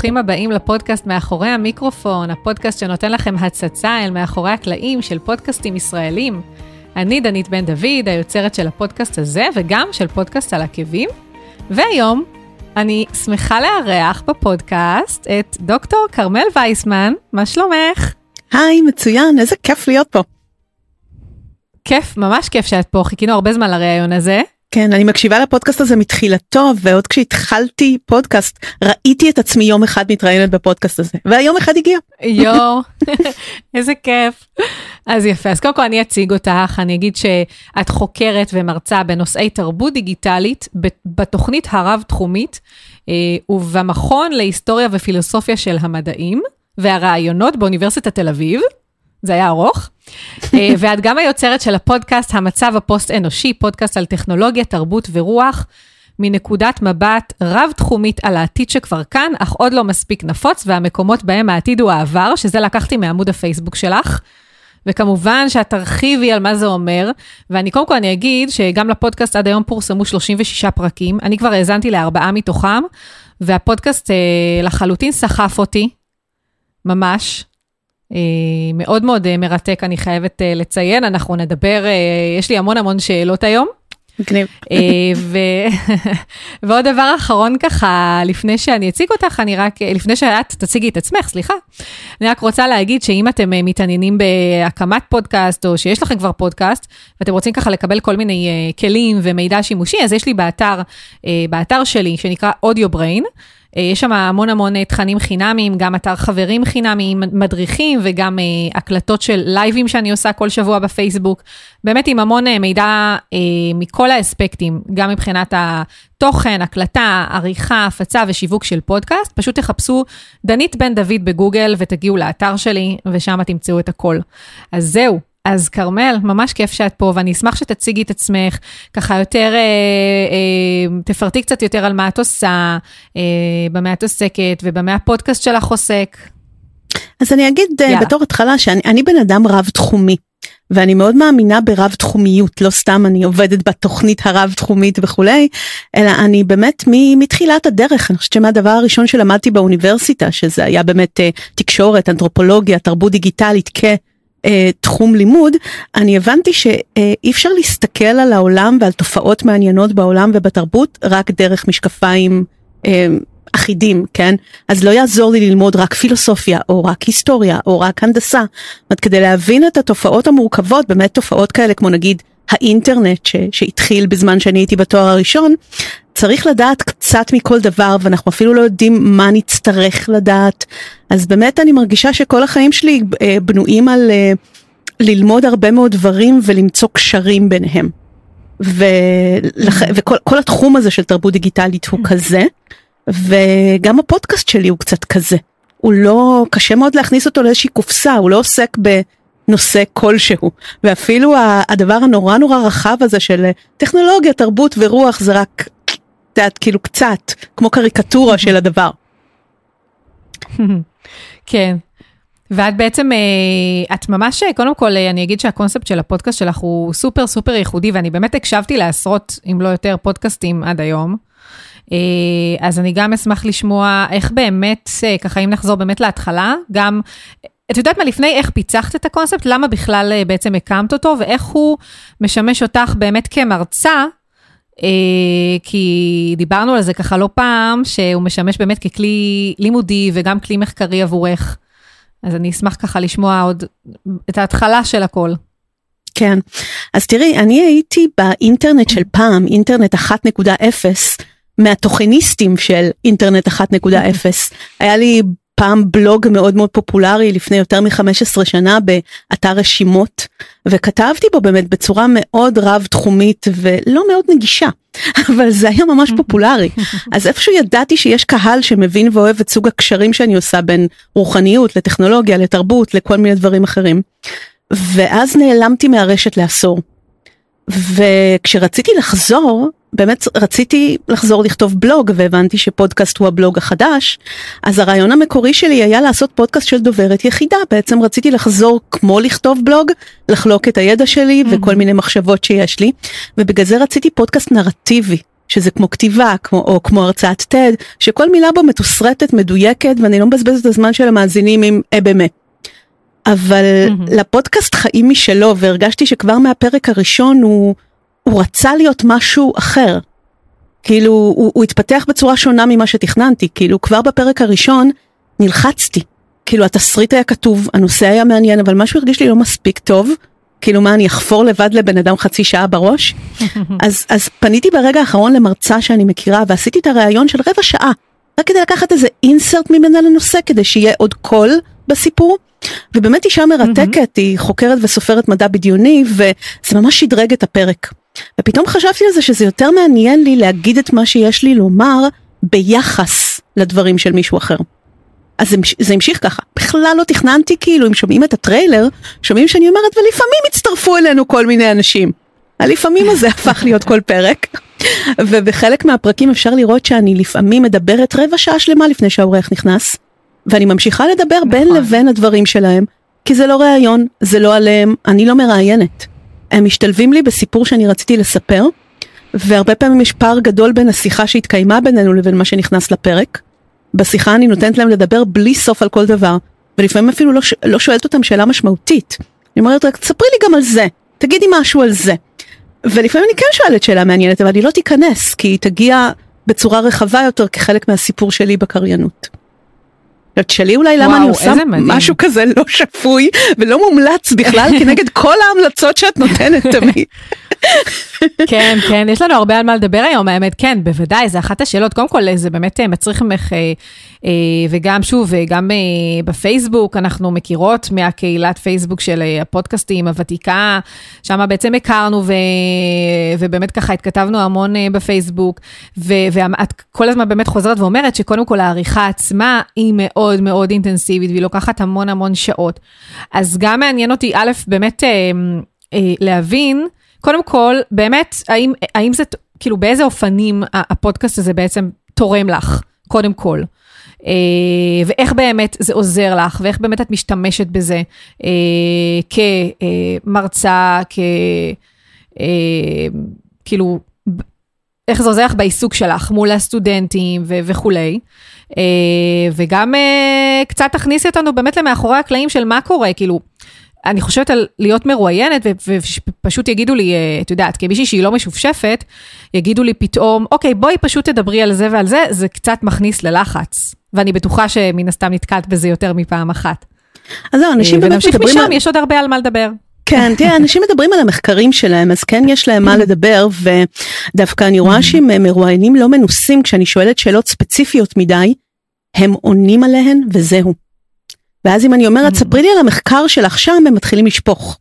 ברוכים הבאים לפודקאסט מאחורי המיקרופון, הפודקאסט שנותן לכם הצצה אל מאחורי הקלעים של פודקאסטים ישראלים. אני דנית בן דוד, היוצרת של הפודקאסט הזה, וגם של פודקאסט על עקבים. והיום אני שמחה לארח בפודקאסט את דוקטור כרמל וייסמן. מה שלומך? היי, מצוין, איזה כיף להיות פה. כיף, ממש כיף שאת פה, חיכינו הרבה זמן לראיון הזה. כן, אני מקשיבה לפודקאסט הזה מתחילתו, ועוד כשהתחלתי פודקאסט, ראיתי את עצמי יום אחד מתראיינת בפודקאסט הזה, והיום אחד הגיע. יו, איזה כיף. אז יפה, אז קודם כל אני אציג אותך, אני אגיד שאת חוקרת ומרצה בנושאי תרבות דיגיטלית, בתוכנית הרב-תחומית, ובמכון להיסטוריה ופילוסופיה של המדעים, והרעיונות באוניברסיטת תל אביב, זה היה ארוך, ואת גם היוצרת של הפודקאסט המצב הפוסט-אנושי, פודקאסט על טכנולוגיה, תרבות ורוח, מנקודת מבט רב-תחומית על העתיד שכבר כאן, אך עוד לא מספיק נפוץ, והמקומות בהם העתיד הוא העבר, שזה לקחתי מעמוד הפייסבוק שלך, וכמובן שאת תרחיבי על מה זה אומר, ואני קודם כל אני אגיד שגם לפודקאסט עד היום פורסמו 36 פרקים, אני כבר האזנתי ל4 מתוכם, והפודקאסט לחלוטין סחף אותי, ממש, מאוד מאוד מרתק, אני חייבת לציין, אנחנו נדבר, יש לי המון שאלות היום. מגניב. ועוד דבר אחרון ככה, לפני שאני אציג אותך, לפני שאת תציגי את עצמך, סליחה, אני רק רוצה להגיד שאם אתם מתעניינים בהקמת פודקאסט, או שיש לכם כבר פודקאסט, ואתם רוצים ככה לקבל כל מיני כלים ומידע שימושי, אז יש לי באתר שלי, שנקרא AudioBrain, יש שם המון תכנים חינמיים, גם אתר חברים חינמיים, מדריכים, וגם הקלטות של לייבים שאני עושה כל שבוע בפייסבוק, באמת עם המון מידע מכל האספקטים, גם מבחינת התוכן, הקלטה, עריכה, הפצה ושיווק של פודקאסט, פשוט תחפשו דנית בן דוד בגוגל, ותגיעו לאתר שלי, ושם תמצאו את הכל. אז זהו. אז כרמל, ממש כיף שאת פה, ואני אשמח שתציגי את עצמך, ככה יותר, תפרטי קצת יותר על מה את עושה, במה את עוסקת, ובמה הפודקאסט שלך עוסק. אז אני אגיד בתור התחלה, שאני בן אדם רב-תחומי, ואני מאוד מאמינה ברב-תחומיות, לא סתם אני עובדת בתוכנית הרב-תחומית וכולי, אלא אני באמת מתחילת הדרך, אני חושבת שמה הדבר הראשון שלמדתי באוניברסיטה, שזה היה באמת תקשורת, אנתרופולוגיה, תרבות דיגיטלית תחום לימוד, אני הבנתי שאי אפשר להסתכל על העולם ועל תופעות מעניינות בעולם ובתרבות רק דרך משקפיים אחידים, כן? אז לא יעזור לי ללמוד רק פילוסופיה או רק היסטוריה או רק הנדסה. כדי להבין את התופעות המורכבות, באמת תופעות כאלה כמו נגיד האינטרנט שהתחיל בזמן שאני הייתי בתואר הראשון, צריך לדעת קצת מכל דבר, ואנחנו אפילו לא יודעים מה נצטרך לדעת. אז באמת אני מרגישה שכל החיים שלי בנויים על ללמוד הרבה מאוד דברים ולמצוא קשרים ביניהם. וכל התחום הזה של תרבות דיגיטלית הוא כזה, וגם הפודקאסט שלי הוא קצת כזה. הוא לא, קשה מאוד להכניס אותו לאיזושהי קופסה, הוא לא עוסק בנושא כלשהו. ואפילו הדבר הנורא רחב הזה של טכנולוגיה, תרבות ורוח, זה רק את כאילו קצת, כמו קריקטורה של הדבר. כן. ואת בעצם, את ממש, קודם כל, אני אגיד שהקונספט של הפודקאסט שלך הוא סופר ייחודי, ואני באמת הקשבתי לעשרות, אם לא יותר, פודקאסטים עד היום. אז אני גם אשמח לשמוע איך באמת, ככה אם נחזור באמת להתחלה, גם, את יודעת מה, לפני איך פיצחת את הקונספט, למה בכלל בעצם הקמת אותו, ואיך הוא משמש אותך באמת כמרצה, כי דיברנו על זה ככה לא פעם, שהוא משמש באמת ככלי לימודי וגם כלי מחקרי עבורך. אז אני אשמח ככה לשמוע עוד את ההתחלה של הכל. כן, אז תראי, אני הייתי באינטרנט של פעם, אינטרנט 1.0, מהתוכניסטים של אינטרנט 1.0. היה לי פעם בלוג מאוד מאוד פופולרי לפני יותר מ-15 שנה באתר רשימות, וכתבתי בו באמת בצורה מאוד רב-תחומית ולא מאוד נגישה, אבל זה היה ממש פופולרי. אז איפשהו ידעתי שיש קהל שמבין ואוהב את סוג הקשרים שאני עושה בין רוחניות לטכנולוגיה, לתרבות, לכל מיני דברים אחרים. ואז נעלמתי מהרשת לעשור. וכשרציתי לחזור, באמת רציתי לחזור לכתוב בלוג, והבנתי שפודקאסט הוא הבלוג החדש, אז הרעיון המקורי שלי היה לעשות פודקאסט של דוברת יחידה, בעצם רציתי לחזור כמו לכתוב בלוג, לחלוק את הידע שלי וכל מיני מחשבות שיש לי, ובגלל זה רציתי פודקאסט נרטיבי, שזה כמו כתיבה, או כמו הרצאת TED, שכל מילה בו מתוסרטת, מדויקת, ואני לא מבזבזת את הזמן של המאזינים עם באמת. אבל לפודקאסט חיים משלו, והרגשתי שכבר מהפרק הראשון הוא רצה להיות משהו אחר. כאילו, הוא התפתח בצורה שונה ממה שתכננתי, כאילו כבר בפרק הראשון נלחצתי. כאילו התסריט היה כתוב, הנושא היה מעניין, אבל משהו הרגיש לי לא מספיק טוב, כאילו מה, אני אחפור לבד לבן אדם חצי שעה בראש? אז פניתי ברגע האחרון למרצה שאני מכירה, ועשיתי את הרעיון של רבע שעה, רק כדי לקחת איזה אינסרט ממנה לנושא, כדי שיהיה עוד קול בסיפור, ובאמת אישה מרתקת, היא חוקרת וסופרת מדע בדיוני, וזה ממש שדרג את הפרק. ופתאום חשבתי על זה שזה יותר מעניין לי להגיד את מה שיש לי לומר, ביחס לדברים של מישהו אחר. אז זה המשיך ככה, בכלל לא תכננתי, כאילו אם שומעים את הטריילר, שומעים שאני אומרת, ולפעמים הצטרפו אלינו כל מיני אנשים. הלפעמים הזה הפך להיות כל פרק, ובחלק מהפרקים אפשר לראות שאני לפעמים מדברת רבע שעה שלמה לפני שהאורח נכנס, ואני ממשיכה לדבר בין לבין הדברים שלהם, כי זה לא ראיון, זה לא עליהם, אני לא מראיינת. הם משתלבים לי בסיפור שאני רציתי לספר, והרבה פעמים יש פער גדול בין השיחה שהתקיימה בינינו לבין מה שנכנס לפרק. בשיחה אני נותנת להם לדבר בלי סוף על כל דבר, ולפעמים אפילו לא שואלת אותם שאלה משמעותית. אני אומרת רק, תספרי לי גם על זה, תגידי משהו על זה. ולפעמים אני כן שואלת שאלה מעניינת, אבל אני לא תיכנס, כי היא תגיע בצורה רחבה יותר כחלק מהסיפור שלי בקריינות. שלי אולי למה אני עושה משהו כזה לא שפוי ולא מומלץ בכלל כנגד כל ההמלצות שאת נותנת תמיד. כן, כן, יש לנו הרבה על מה לדבר היום, האמת, כן, בוודאי, זה אחת השאלות, קודם כל זה באמת מצריך ממך, וגם שוב, גם בפייסבוק, אנחנו מכירות מהקהילת פייסבוק של הפודקאסטים הוותיקה, שם בעצם הכרנו, ובאמת ככה התכתבנו המון בפייסבוק, ואת כל הזמן באמת חוזרת ואומרת, שקודם כל העריכה עצמה, היא מאוד מאוד אינטנסיבית, והיא לוקחת המון המון שעות, אז גם מעניין אותי, א', באמת להבין, קודם כל, באמת, האם זה, כאילו, באיזה אופנים הפודקאסט הזה בעצם תורם לך, קודם כל, ואיך באמת זה עוזר לך, ואיך באמת את משתמשת בזה, כמרצה, כאילו, איך זה עוזר לך בעיסוק שלך, מול הסטודנטים וכולי, וגם קצת תכניסי אותנו באמת למאחורי הקלעים של מה קורה, כאילו, אני חושבת על להיות מרואיינת, ופשוט יגידו לי, את יודעת, כמישהי שהיא לא משופשפת, יגידו לי פתאום, אוקיי, בואי פשוט תדברי על זה ועל זה, זה קצת מכניס ללחץ. ואני בטוחה שמן הסתם נתקעת בזה יותר מפעם אחת. אז זהו, אנשים באמת מדברים... ונמשיך משם, יש עוד הרבה על מה לדבר. כן, תראה, אנשים מדברים על המחקרים שלהם, אז כן יש להם מה לדבר, ודווקא אני רואה שהם מרואיינים לא מנוסים, כשאני שואלת שאלות ספציפיות מדי, הם עונים עליהן וזהו. ואז אם אני אומרת, ספרי לי על המחקר שלך שם, הם מתחילים לשפוך.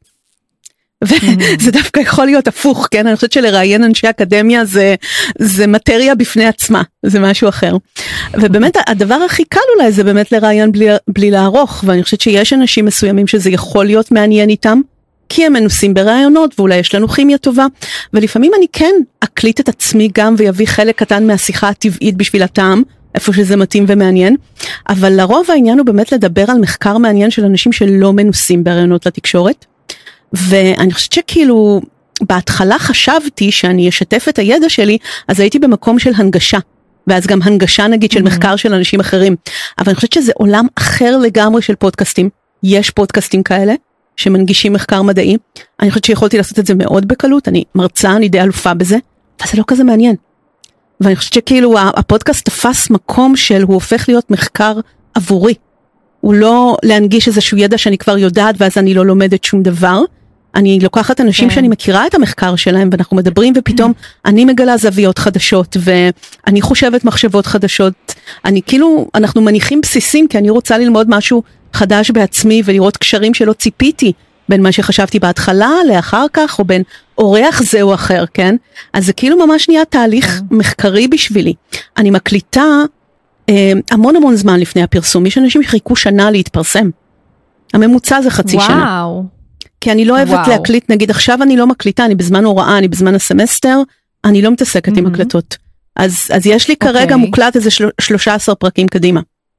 וזה דווקא יכול להיות הפוך, כן? אני חושבת שלראיין אנשי אקדמיה זה מטריה בפני עצמה, זה משהו אחר. ובאמת הדבר הכי קל אולי זה באמת לראיין בלי לערוך, ואני חושבת שיש אנשים מסוימים שזה יכול להיות מעניין איתם, כי הם מנוסים ברעיונות, ואולי יש לנו כימיה טובה, ולפעמים אני כן אקליט את עצמי גם, ויביא חלק קטן מהשיחה הטבעית בשביל הטעם, איפה שזה מתאים ומעניין, אבל לרוב העניין הוא באמת לדבר על מחקר מעניין של אנשים שלא מנוסים ברעיונות לתקשורת, ואני חושבת שכאילו, בהתחלה חשבתי שאני אשתף את הידע שלי, אז הייתי במקום של הנגשה, ואז גם הנגשה נגיד של מחקר של אנשים אחרים, אבל אני חושבת שזה עולם אחר לגמרי של פודקאסטים, יש פודקאסטים כאלה, שמנגישים מחקר מדעי, אני חושבת שיכולתי לעשות את זה מאוד בקלות, אני מרצה, אני די אלופה בזה, אבל זה לא כזה מעניין. ואני חושבת שכאילו הפודקאסט תפס מקום של הוא הופך להיות מחקר עבורי. הוא לא להנגיש איזשהו ידע שאני כבר יודעת ואז אני לא לומדת שום דבר. אני לוקחת אנשים שאני מכירה את המחקר שלהם ואנחנו מדברים ופתאום אני מגלה זוויות חדשות ואני חושבת מחשבות חדשות. אני כאילו, אנחנו מניחים בסיסים כי אני רוצה ללמוד משהו חדש בעצמי ולראות קשרים שלא ציפיתי בין מה שחשבתי בהתחלה לאחר כך או בין אורח זה או אחר, כן? אז זה כאילו ממש נהיה תהליך מחקרי בשבילי. אני מקליטה המון המון זמן לפני הפרסום. יש אנשים שחיכו שנה להתפרסם. הממוצע זה חצי שנה. כי אני לא אוהבת להקליט, נגיד עכשיו אני לא מקליטה, אני בזמן הוראה, אני בזמן הסמסטר, אני לא מתעסקת עם הקלטות. אז יש לי כרגע מוקלט איזה 13 פרקים קדימה.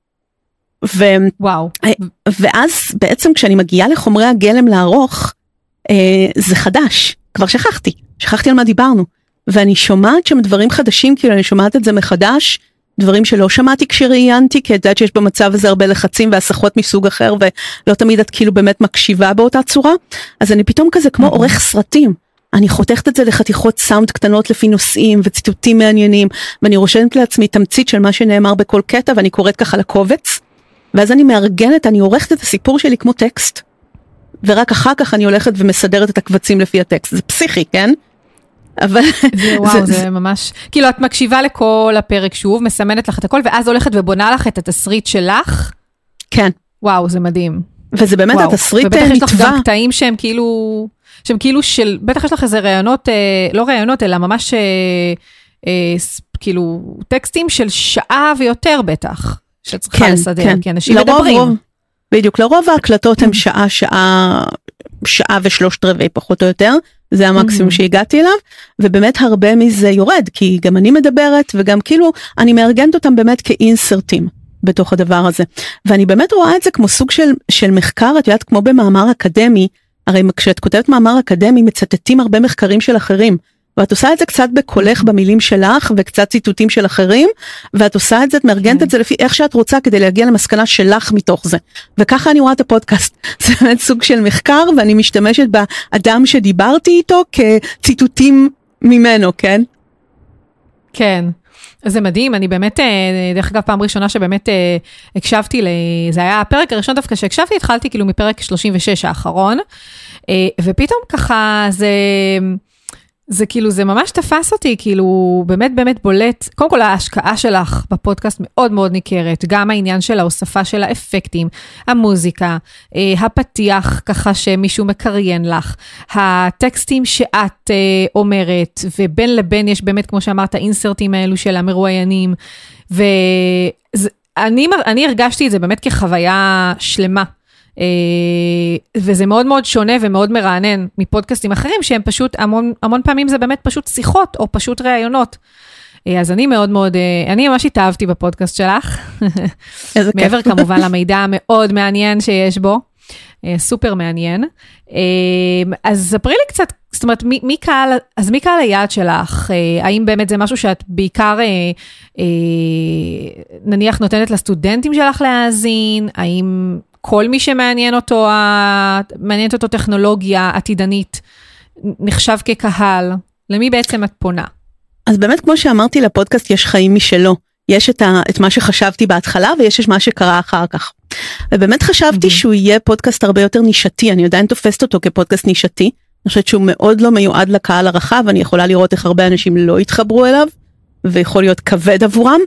ואז בעצם כשאני מגיעה לחומרי הגלם לערוך, זה חדש. כבר שכחתי על מה דיברנו. ואני שומעת שם דברים חדשים, כאילו אני שומעת את זה מחדש, דברים שלא שמעתי כשראיינתי, כי את יודעת שיש במצב הזה הרבה לחצים והסחות מסוג אחר, ולא תמיד את כאילו באמת מקשיבה באותה צורה, אז אני פתאום כזה כמו עורך סרטים, אני חותכת את זה לחתיכות סאונד קטנות לפי נושאים וציטוטים מעניינים, ואני רושמת לעצמי תמצית של מה שנאמר בכל קטע, ואני קוראת ככה לקובץ, ואז אני מארגנת, אני עורכת את הסיפור שלי כמו טקסט, ורק אחר כך אני הולכת ומסדרת את הקבצים לפי הטקסט, זה פסיכי, כן? אבל וואו, זה ממש, כאילו את מקשיבה לכל הפרק שוב, מסמנת לך את הכל, ואז הולכת ובונה לך את התסריט שלך. כן. וואו, זה מדהים. וזה באמת התסריט נתבע. ובטח יש לך גם קטעים שהם כאילו של, בטח יש לך איזה רעיונות, לא רעיונות, אלא ממש כאילו טקסטים של שעה ויותר בטח, שצריכה לסדר, כי אנשים מדברים. בדיוק, לרוב ההקלטות הן שעה ושלושת רבעי פחות או יותר, זה המקסימום שהגעתי אליו, ובאמת הרבה מזה יורד, כי גם אני מדברת, וגם כאילו אני מארגנת אותם באמת כאינסרטים בתוך הדבר הזה. ואני באמת רואה את זה כמו סוג של מחקר, את יודעת, כמו במאמר אקדמי, הרי כשאת כותבת מאמר אקדמי, מצטטים הרבה מחקרים של אחרים, ואת עושה את זה קצת בקולך במילים שלך, וקצת ציטוטים של אחרים, ואת עושה את זה, את מארגנת את זה לפי איך שאת רוצה, כדי להגיע למסקנה שלך מתוך זה. וככה אני רואה את הפודקאסט. זה באמת סוג של מחקר, ואני משתמשת באדם שדיברתי איתו, כציטוטים ממנו, כן? כן. זה מדהים, אני באמת, דרך אגב, פעם ראשונה שבאמת הקשבתי, זה היה הפרק הראשון דווקא שהקשבתי, התחלתי כאילו מפרק 36 האחרון, ופתאום ככה זה כאילו, זה ממש תפס אותי, כאילו, באמת בולט, קודם כל ההשקעה שלך בפודקאסט מאוד מאוד ניכרת, גם העניין של ההוספה של האפקטים, המוזיקה, הפתיח ככה שמישהו מקריין לך, הטקסטים שאת אומרת, ובין לבין יש באמת, כמו שאמרת, אינסרטים האלו של המרואיינים, ואני הרגשתי את זה באמת כחוויה שלמה, וזה מאוד מאוד שונה ומאוד מרענן מפודקאסטים אחרים, שהם פשוט, המון פעמים זה באמת פשוט שיחות, או פשוט ראיונות. אז אני מאוד מאוד, אני ממש התאהבתי בפודקאסט שלך, מעבר כמובן למידע המאוד מעניין שיש בו, סופר מעניין. אז ספרי לי קצת, זאת אומרת, מי קהל היעד שלך? האם באמת זה משהו שאת בעיקר, נניח נותנת לסטודנטים שלך להאזין? האם כל מי שמעניינת אותו טכנולוגיה עתידנית, נחשב כקהל, למי בעצם את פונה? אז באמת כמו שאמרתי, לפודקאסט יש חיים משלו, יש את מה שחשבתי בהתחלה, ויש את מה שקרה אחר כך. ובאמת חשבתי שהוא יהיה פודקאסט הרבה יותר נישתי, אני עדיין תופסת אותו כפודקאסט נישתי, אני חושבת שהוא מאוד לא מיועד לקהל הרחב, אני יכולה לראות איך הרבה אנשים לא יתחברו אליו, ויכול להיות כבד עבורם,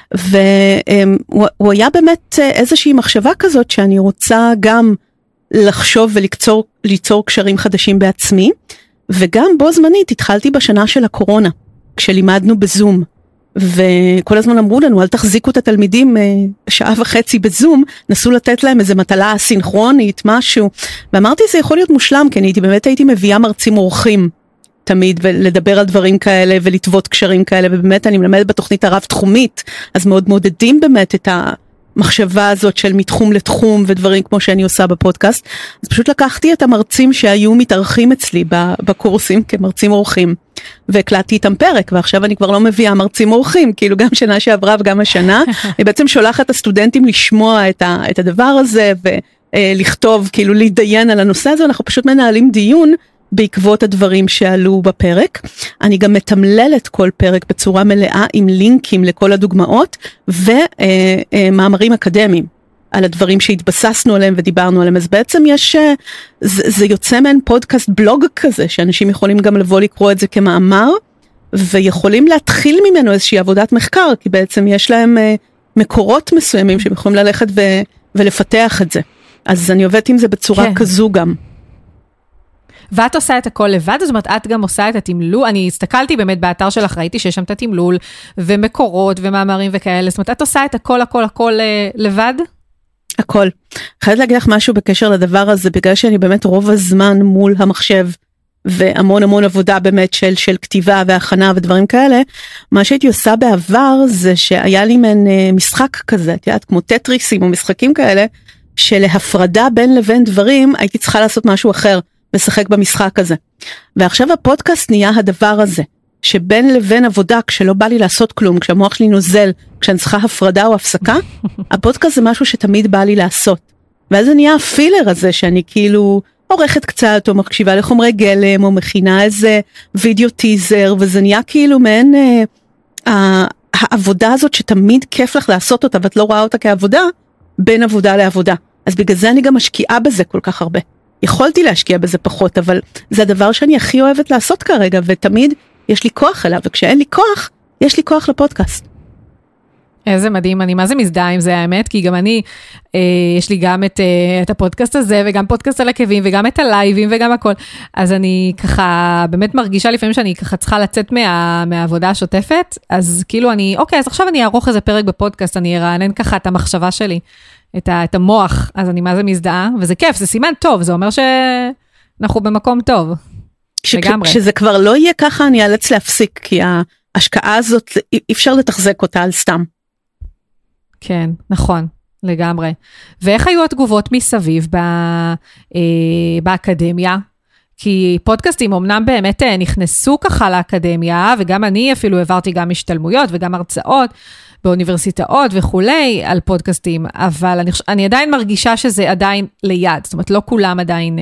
והוא היה באמת איזושהי מחשבה כזאת, שאני רוצה גם לחשוב וליצור קשרים חדשים בעצמי, וגם בו זמנית התחלתי בשנה של הקורונה, כשלימדנו בזום, וכל הזמן אמרו לנו, אל תחזיקו את התלמידים שעה וחצי בזום, נסו לתת להם איזו מטלה סינכרונית, משהו, ואמרתי זה יכול להיות מושלם, כי אני באמת הייתי מביאה מרצים אורחים, תמיד, ולדבר על דברים כאלה, ולטוות קשרים כאלה, ובאמת אני מלמדת בתוכנית הרב תחומית, אז מאוד מודדים באמת את המחשבה הזאת של מתחום לתחום, ודברים כמו שאני עושה בפודקאסט, אז פשוט לקחתי את המרצים שהיו מתארחים אצלי בקורסים, כמרצים אורחים, והקלטתי איתם פרק, ועכשיו אני כבר לא מביאה מרצים אורחים, כאילו גם שנה שעברה וגם השנה, אני בעצם שולחת את הסטודנטים לשמוע את הדבר הזה, ולכתוב, כאילו להתדיין על הנושא הזה, אנחנו פשוט מנהלים דיון, בעקבות הדברים שעלו בפרק. אני גם מתמללת כל פרק בצורה מלאה עם לינקים לכל הדוגמאות ומאמרים אקדמיים על הדברים שהתבססנו עליהם ודיברנו עליהם. אז בעצם זה יוצא מעין פודקאסט בלוג כזה, שאנשים יכולים גם לבוא לקרוא את זה כמאמר, ויכולים להתחיל ממנו איזושהי עבודת מחקר, כי בעצם יש להם מקורות מסוימים שהם יכולים ללכת ולפתח את זה. אז אני עובדת עם זה בצורה כזו גם. ואת עושה את הכל לבד, זאת אומרת, את גם עושה את התמלול, אני הסתכלתי באמת באתר שלך, ראיתי שיש שם את התמלול, ומקורות ומאמרים וכאלה, זאת אומרת, את עושה את הכל לבד? הכל. חייבת להגיד לך משהו בקשר לדבר הזה, בגלל שאני באמת רוב הזמן מול המחשב, והמון עבודה באמת של כתיבה והכנה ודברים כאלה, מה שהייתי עושה בעבר, זה שהיה לי מן משחק כזה, את יודעת, כמו טטריסים או משחקים כאלה, שלהפרדה בין לבין דברים, הייתי צריכה לעשות משהו אחר, לשחק במשחק הזה. ועכשיו הפודקאסט נהיה הדבר הזה. שבין לבין עבודה, כשלא בא לי לעשות כלום, כשהמוח שלי נוזל, כשאני צריכה הפרדה או הפסקה, הפודקאסט זה משהו שתמיד בא לי לעשות. ואז זה נהיה הפילר הזה, שאני כאילו עורכת קצת, או מקשיבה לחומרי גלם, או מכינה איזה וידאו טיזר, וזה נהיה כאילו מעין העבודה הזאת שתמיד כיף לך לעשות אותה, ואת לא רואה אותה כעבודה, בין עבודה לעבודה. אז בגלל זה אני גם משקיעה בזה כל כך הרבה. יכולתי להשקיע בזה פחות, אבל זה הדבר שאני הכי אוהבת לעשות כרגע, ותמיד יש לי כוח אליו, וכשאין לי כוח, יש לי כוח לפודקאסט. איזה מדהים, אני מה זה מזדהה עם זה האמת, כי גם אני, יש לי גם את הפודקאסט הזה, וגם פודקאסט על עקבים, וגם את הלייבים, וגם הכל. אז אני ככה, באמת מרגישה לפעמים שאני ככה צריכה לצאת מהעבודה השוטפת, אז כאילו אז עכשיו אני אערוך איזה פרק בפודקאסט, אני ארענן ככה את המחשבה שלי, את המוח, אז אני מה זה מזדהה, וזה כיף, זה סימן טוב, זה אומר שאנחנו במקום טוב. כשזה כבר לא יהיה ככה, אני אאלץ להפסיק, כי ההשקעה הזאת, אי אפשר לתחזק אותה על סתם. כן, נכון, לגמרי. ואיך היו התגובות מסביב באקדמיה? כי פודקאסטים אמנם באמת נכנסו ככה לאקדמיה, וגם אני אפילו העברתי גם השתלמויות וגם הרצאות באוניברסיטאות וכולי על פודקאסטים, אבל אני עדיין מרגישה שזה עדיין ליד, זאת אומרת לא כולם עדיין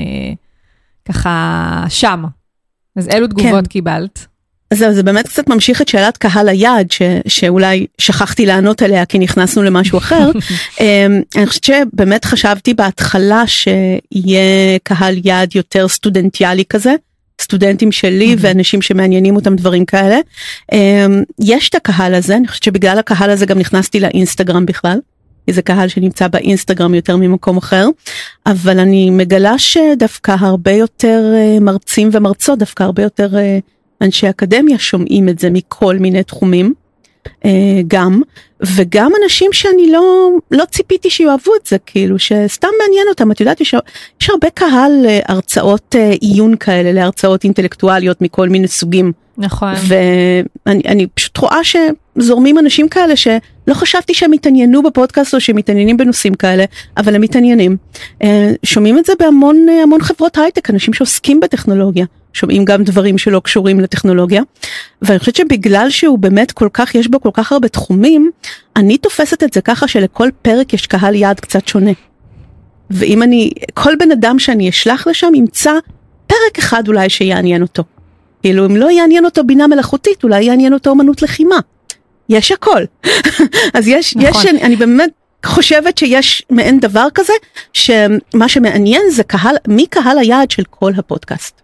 ככה שם. אז אילו תגובות קיבלת? אז זה באמת קצת ממשיך את שאלת קהל היעד, שאולי שכחתי לענות עליה, כי נכנסנו למשהו אחר. אני חושבת שבאמת חשבתי בהתחלה שיהיה קהל יעד יותר סטודנטיאלי כזה, סטודנטים שלי ואנשים שמעניינים אותם דברים כאלה. יש את הקהל הזה, אני חושבת שבגלל הקהל הזה גם נכנסתי לאינסטגרם בכלל, כי זה קהל שנמצא באינסטגרם יותר ממקום אחר, אבל אני מגלה שדווקא הרבה יותר מרצים ומרצות, דווקא הרבה יותר אנשי אקדמיה שומעים את זה מכל מיני תחומים, גם, וגם אנשים שאני לא ציפיתי שיאהבו את זה, כאילו שסתם מעניין אותם, את יודעת, יש הרבה קהל להרצאות עיון כאלה, להרצאות אינטלקטואליות מכל מיני סוגים. נכון. ואני פשוט רואה שזורמים אנשים כאלה שלא חשבתי שהם מתעניינו בפודקאסט או שהם מתעניינים בנושאים כאלה, אבל הם מתעניינים. שומעים את זה בהמון חברות הייטק, אנשים שעוסקים בטכנולוגיה. שומעים גם דברים שלא קשורים לטכנולוגיה, ואני חושבת שבגלל שהוא באמת יש בו כל כך הרבה תחומים, אני תופסת את זה ככה שלכל פרק יש קהל יעד קצת שונה. ואם כל בן אדם שאני אשלח לשם ימצא פרק אחד אולי שיעניין אותו. כאילו אם לא יעניין אותו בינה מלאכותית, אולי יעניין אותו אומנות לחימה. יש הכל. אז אני באמת חושבת שיש מעין דבר כזה, שמה שמעניין זה מי קהל היעד של כל הפודקאסט.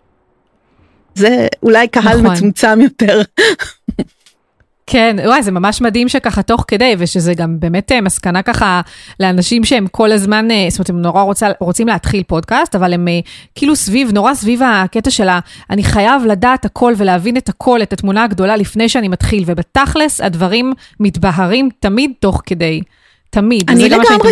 זה אולי קהל מצומצם יותר. כן, וואי, זה ממש מדהים שככה תוך כדי, ושזה גם באמת מסקנה ככה לאנשים שהם כל הזמן, זאת אומרת, הם נורא רוצים להתחיל פודקאסט, אבל הם כאילו נורא סביב הקטע שלה, אני חייב לדעת הכל ולהבין את הכל, את התמונה הגדולה לפני שאני מתחיל, ובתכלס הדברים מתבהרים תמיד תוך כדי, תמיד. אני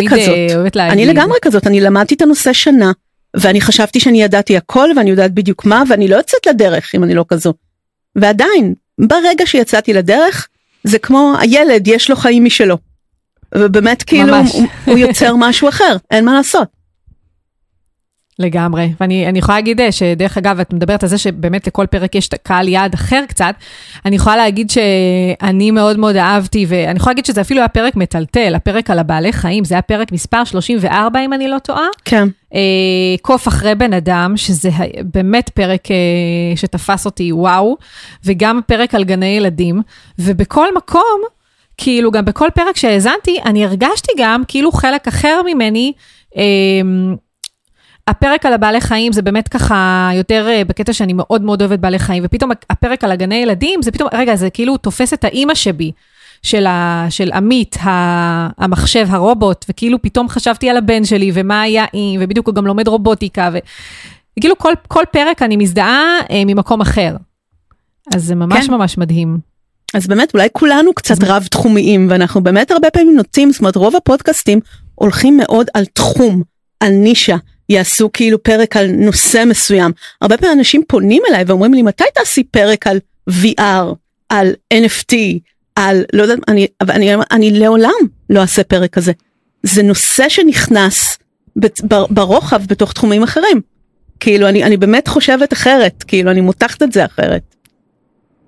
לגמרי כזאת, אני למדתי את הנושא שנה, ואני חשבתי שאני ידעתי הכל, ואני יודעת בדיוק מה, ואני לא יוצאת לדרך אם אני לא כזו. ועדיין, ברגע שיצאתי לדרך, זה כמו הילד, יש לו חיים משלו. ובאמת כאילו, הוא יוצר משהו אחר, אין מה לעשות. לגמרי, ואני יכולה להגיד שדרך אגב, את מדברת על זה שבאמת לכל פרק יש קהל יעד אחר קצת, אני יכולה להגיד שאני מאוד מאוד אהבתי, ואני יכולה להגיד שזה אפילו היה פרק מטלטל, הפרק על הבעלי חיים, זה היה פרק מספר 34 אם אני לא טועה. כן. קוף אחרי בן אדם, שזה באמת פרק שתפס אותי וואו, וגם פרק על גני ילדים, ובכל מקום, כאילו גם בכל פרק שהאזנתי, אני הרגשתי גם כאילו חלק אחר ממני, הפרק על הבעלי חיים זה באמת ככה יותר בקטע שאני מאוד מאוד אוהבת בעלי חיים, ופתאום הפרק על הגני ילדים, זה פתאום, רגע, זה כאילו תופס את האמא שבי, של עמית, המחשב, הרובוט, וכאילו פתאום חשבתי על הבן שלי, ומה היה עם, ובדיוק הוא גם לומד רובוטיקה, וכאילו כל פרק אני מזדהה ממקום אחר. אז זה ממש ממש מדהים. אז באמת אולי כולנו קצת רב תחומיים, ואנחנו באמת הרבה פעמים נוטים, זאת אומרת רוב הפודקאסטים הולכים מאוד על תחום, על נישה, יעשו כאילו פרק על נושא מסוים. הרבה פעמים אנשים פונים אליי ואומרים לי, מתי תעשי פרק על VR, על NFT, על, לא יודעת, אני לעולם לא אעשה פרק כזה. זה נושא שנכנס ברוחב בתוך תחומים אחרים. כאילו אני באמת חושבת אחרת, כאילו אני מותחת את זה אחרת.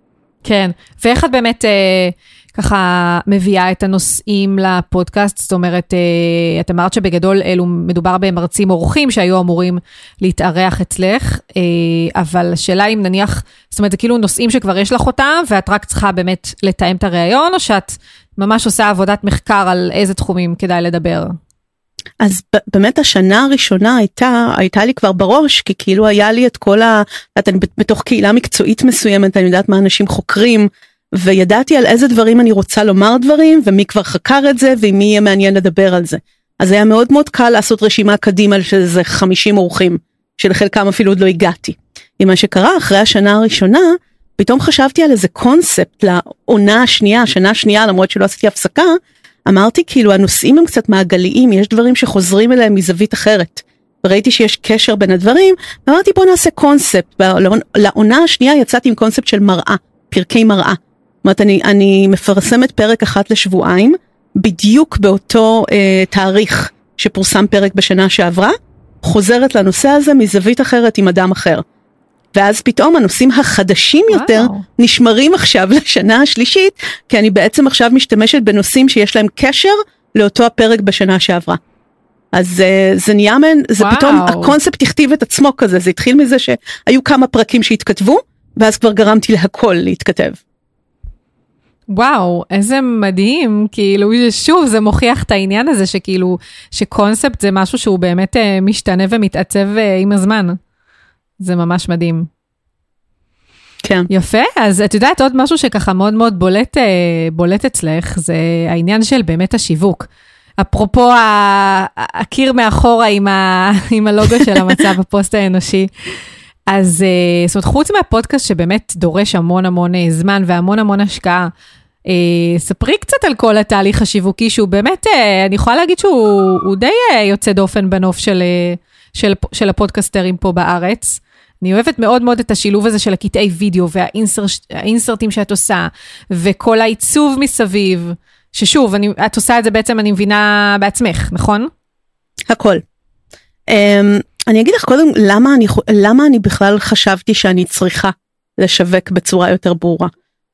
כן, ואיך את באמת ככה מביאה את הנושאים לפודקאסט? זאת אומרת, את אמרת שבגדול אלו מדובר במרצים אורחים שהיו אמורים להתארח אצלך, אבל השאלה אם נניח, זאת אומרת, זה כאילו נושאים שכבר יש לך אותם, ואת רק צריכה באמת לתאם את הרעיון, או שאת ממש עושה עבודת מחקר על איזה תחומים כדאי לדבר? אז באמת השנה הראשונה הייתה לי כבר בראש, כי כאילו היה לי את כל בתוך קהילה מקצועית מסוימת, אני יודעת מה אנשים חוקרים, וידעתי על איזה דברים אני רוצה לומר דברים, ומי כבר חקר את זה, ומי יהיה מעניין לדבר על זה. אז היה מאוד מאוד קל לעשות רשימה קדימה, שזה 50 אורחים, שלחלקם אפילו עוד לא הגעתי. עם מה שקרה אחרי השנה הראשונה, פתאום חשבתי על איזה קונספט לעונה השנייה, השנה השנייה, למרות שלא עשיתי הפסקה, אמרתי כאילו הנושאים הם קצת מעגליים, יש דברים שחוזרים אליהם מזווית אחרת. וראיתי שיש קשר בין הדברים, ואמרתי בוא נעשה קונספט. לעונה השנייה יצאתי עם קונספט של מראה, פרקי מראה. זאת אומרת, אני מפרסמת פרק אחת לשבועיים, בדיוק באותו תאריך שפורסם פרק בשנה שעברה, חוזרת לנושא הזה מזווית אחרת עם אדם אחר. ואז פתאום הנושאים החדשים יותר נשמרים עכשיו לשנה השלישית, כי אני בעצם עכשיו משתמשת בנושאים שיש להם קשר לאותו הפרק בשנה שעברה. אז זה נהיה זה פתאום הקונספט הכתיב את עצמו כזה, זה התחיל מזה שהיו כמה פרקים שהתכתבו, ואז כבר גרמתי להכל להתכתב. וואו, איזה מדהים, כאילו שוב זה מוכיח את העניין הזה שכאילו, שקונספט זה משהו שהוא באמת משתנה ומתעצב עם הזמן. זה ממש מדהים. כן. יפה, אז את יודעת עוד משהו שככה מאוד מאוד בולט אצלך, זה העניין של באמת השיווק. אפרופו הקיר מאחורה עם הלוגו של המצב הפוסט האנושי. אז זאת אומרת, חוץ מהפודקאסט שבאמת דורש המון המון זמן והמון המון השקעה, ספרי קצת על כל התהליך השיווקי, שהוא באמת, אני יכולה להגיד שהוא די יוצא דופן בנוף של הפודקאסטרים פה בארץ. אני אוהבת מאוד מאוד את השילוב הזה של הקטעי וידאו והאינסרטים שאת עושה, וכל העיצוב מסביב, ששוב, את עושה את זה בעצם, אני מבינה בעצמך, נכון? הכל. אני אגיד לך קודם, למה אני בכלל חשבתי שאני צריכה לשווק בצורה יותר ברורה.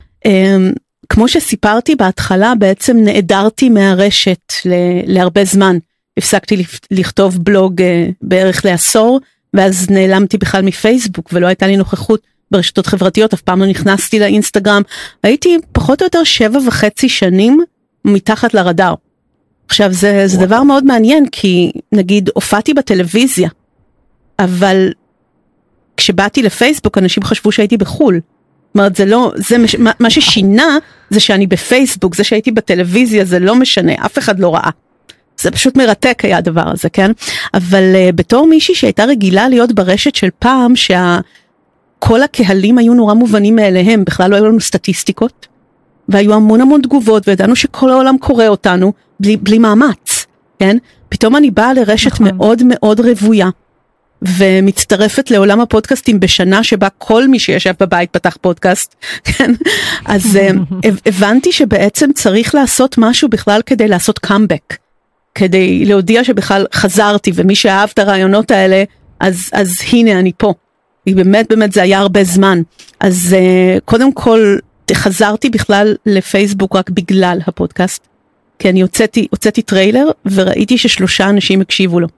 כמו שסיפרתי בהתחלה, בעצם נעדרתי מהרשת להרבה זמן. הפסקתי לכתוב בלוג בערך לעשור, ואז נעלמתי בכלל מפייסבוק, ולא הייתה לי נוכחות ברשתות חברתיות, אף פעם לא נכנסתי לאינסטגרם. הייתי פחות או יותר 7.5 שנים מתחת לרדאר. עכשיו זה דבר מאוד מעניין, כי נגיד הופעתי בטלוויזיה, אבל כשבאתי לפייסבוק אנשים חשבו שהייתי בחול. זאת אומרת, מה ששינה זה שאני בפייסבוק, זה שהייתי בטלוויזיה זה לא משנה, אף אחד לא ראה. זה פשוט מרתק היה הדבר הזה, כן? אבל בתור מישהי שהייתה רגילה להיות ברשת של פעם, שכל הקהלים היו נורא מובנים מאליהם, בכלל לא היו לנו סטטיסטיקות, והיו המון המון תגובות, וידענו שכל העולם קורא אותנו, בלי מאמץ, כן? פתאום אני באה לרשת מאוד מאוד רבויה, ומצטרפת לעולם הפודקאסטים בשנה שבה כל מי שישב בבית פתח פודקאסט, כן? אז הבנתי שבעצם צריך לעשות משהו בכלל כדי לעשות קאמבק, כדי להודיע שבכלל חזרתי, ומי שאהב את הרעיונות האלה, אז הנה אני פה. באמת זה היה הרבה זמן. אז קודם כל, חזרתי בכלל לפייסבוק רק בגלל הפודקאסט, כי אני הוצאתי טריילר, וראיתי ש3 אנשים הקשיבו לו.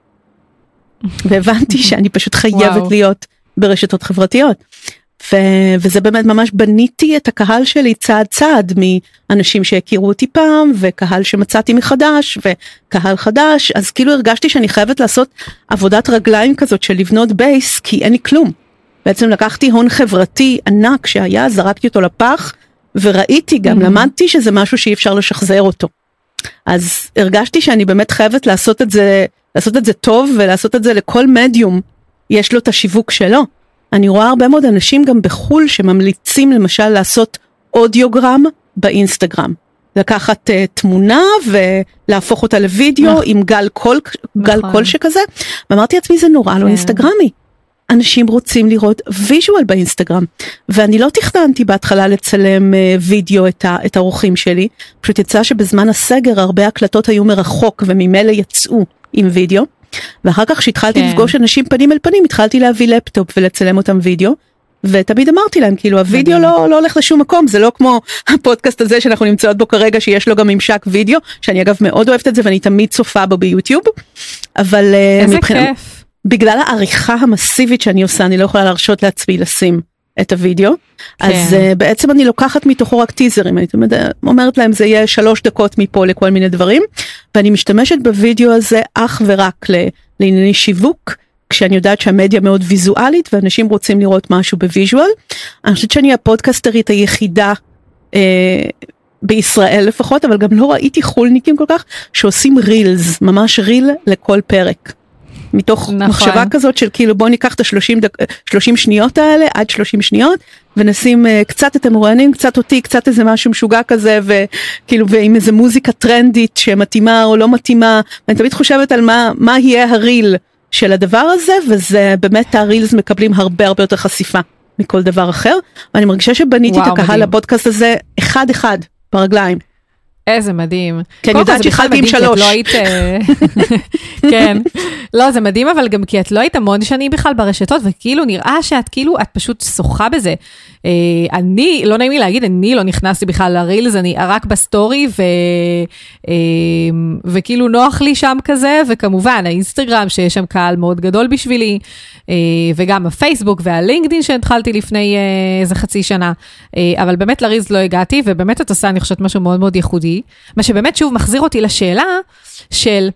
והבנתי שאני פשוט חייבת להיות ברשתות חברתיות. וזה באמת ממש בניתי את הקהל שלי צעד צעד, מאנשים שהכירו אותי פעם, וקהל שמצאתי מחדש, וקהל חדש, אז כאילו הרגשתי שאני חייבת לעשות עבודת רגליים כזאת של לבנות בייס, כי אין לי כלום. בעצם לקחתי הון חברתי ענק שהיה, זרקתי אותו לפח, וראיתי גם, למדתי שזה משהו שאי אפשר לשחזר אותו. אז הרגשתי שאני באמת חייבת לעשות את זה טוב, ולעשות את זה לכל מדיום, יש לו את השיווק שלו. אני רואה הרבה מאוד אנשים גם בחול שממליצים למשל לעשות אודיוגרם באינסטגרם. לקחת תמונה ולהפוך אותה לוידאו עם גל קול שכזה. ואמרתי לעצמי זה נורא לא אינסטגרמי. אנשים רוצים לראות ויז'ואל באינסטגרם. ואני לא תכננתי בהתחלה לצלם וידאו את האורחים שלי. פשוט יצא שבזמן הסגר הרבה הקלטות היו מרחוק וממילא יצאו עם וידאו. ואחר כך שהתחלתי לפגוש אנשים פנים אל פנים, התחלתי להביא לפטופ ולצלם אותם וידאו, ותמיד אמרתי להם, כאילו, הוידאו לא הולך לשום מקום, זה לא כמו הפודקאסט הזה שאנחנו נמצאות בו כרגע, שיש לו גם ממשק וידאו, שאני אגב מאוד אוהבת את זה, ואני תמיד צופה בו ביוטיוב, אבל איזה כיף. בגלל העריכה המסיבית שאני עושה, אני לא יכולה להרשות לעצמי לשים את הוידאו, אז בעצם אני לוקחת מתוכו רק טיזרים, אני אומרת להם זה יהיה 3 דקות מפה לכל מיני דברים, ואני משתמשת בוידאו הזה אך ורק לענייני שיווק, כשאני יודעת שהמדיה מאוד ויזואלית, ואנשים רוצים לראות משהו בוויז'ואל. אני חושבת שאני הפודקסטרית היחידה בישראל לפחות, אבל גם לא ראיתי חולניקים כל כך, שעושים רילס, ממש ריל לכל פרק. מתוך מחשבה כזאת של כאילו בוא ניקח את 30 שניות האלה, עד 30 שניות, ונשים קצת את המרואיינים, קצת אותי, קצת איזה משהו משוגע כזה, וכאילו ועם איזה מוזיקה טרנדית שמתאימה או לא מתאימה, ואני תמיד חושבת על מה יהיה הריל של הדבר הזה, וזה באמת הרילס מקבלים הרבה יותר חשיפה מכל דבר אחר, ואני מרגישה שבניתי את הקהל לפודקאסט הזה אחד ברגליים. איזה מדהים. כי אני יודעת שהתחלתי עם 3. כן. לא, זה מדהים, אבל גם כי את לא היית המון שנים בכלל ברשתות, וכאילו נראה שאת כאילו, את פשוט שוחה בזה. אני, לא נעים לי להגיד, אני לא נכנסתי בכלל לרילס, אני רק בסטורי, וכאילו נוח לי שם כזה, וכמובן האינסטגרם שיש שם קהל מאוד גדול בשבילי, וגם הפייסבוק והלינקדין שהתחלתי לפני איזה חצי שנה, אבל באמת לרילס לא הגעתי, ובאמת את עושה, אני חושבת, משהו מאוד מאוד ייחודי, מה שבאמת שוב מחזיר אותי לשאלה של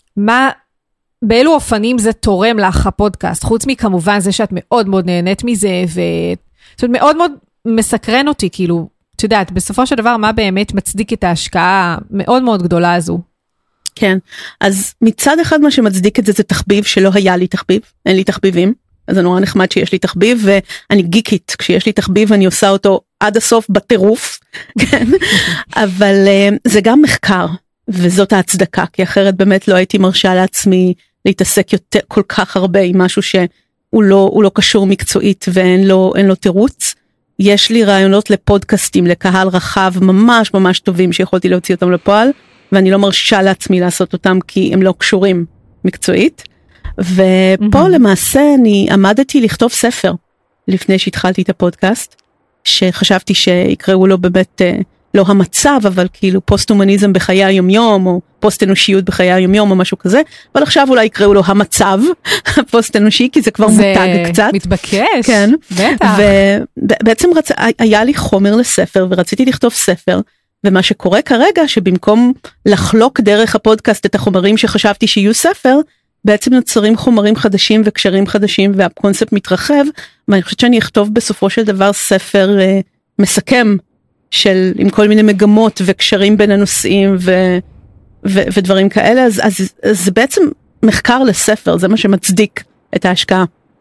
באילו אופנים זה תורם לך הפודקאסט, חוץ מכמובן זה שאת מאוד מאוד נהנית מזה, זאת אומרת, מאוד מאוד מסקרן אותי, כאילו, את יודעת, בסופו של דבר, מה באמת מצדיק את ההשקעה המאוד מאוד גדולה הזו? כן, אז מצד אחד מה שמצדיק את זה, זה תחביב שלא היה לי תחביב, אין לי תחביבים, אז זה נורא נחמד שיש לי תחביב, ואני גיקית, כשיש לי תחביב אני עושה אותו עד הסוף בטירוף, כן, אבל זה גם מחקר, וזאת ההצדקה, כי אחרת באמת לא הייתי מרשה לעצמי להתעסק יותר, כל כך הרבה עם משהו שהוא לא קשור מקצועית ואין לו תירוץ. יש לי רעיונות לפודקאסטים, לקהל רחב ממש ממש טובים שיכולתי להוציא אותם לפועל, ואני לא מרשה לעצמי לעשות אותם כי הם לא קשורים מקצועית. ופה למעשה אני עמדתי לכתוב ספר לפני שהתחלתי את הפודקאסט, שחשבתי שיקראו לו באמת לא המצב, אבל כאילו פוסט-הומניזם בחיי היומיום, או פוסט-אנושיות בחיי היומיום, או משהו כזה, אבל עכשיו אולי יקראו לו המצב, הפוסט-אנושי, כי זה כבר מותג קצת. זה מתבקש, כן. בטח. ובעצם היה לי חומר לספר, ורציתי לכתוב ספר, ומה שקורה כרגע, שבמקום לחלוק דרך הפודקאסט את החומרים שחשבתי שיהיו ספר, בעצם נוצרים חומרים חדשים וקשרים חדשים, והקונספט מתרחב, ואני חושבת שאני אכתוב בסופו של דבר ספר מסכם, עם כל מיני מגמות וקשרים בין הנושאים ודברים כאלה, אז זה בעצם מחקר לספר, זה מה שמצדיק את ההשקעה.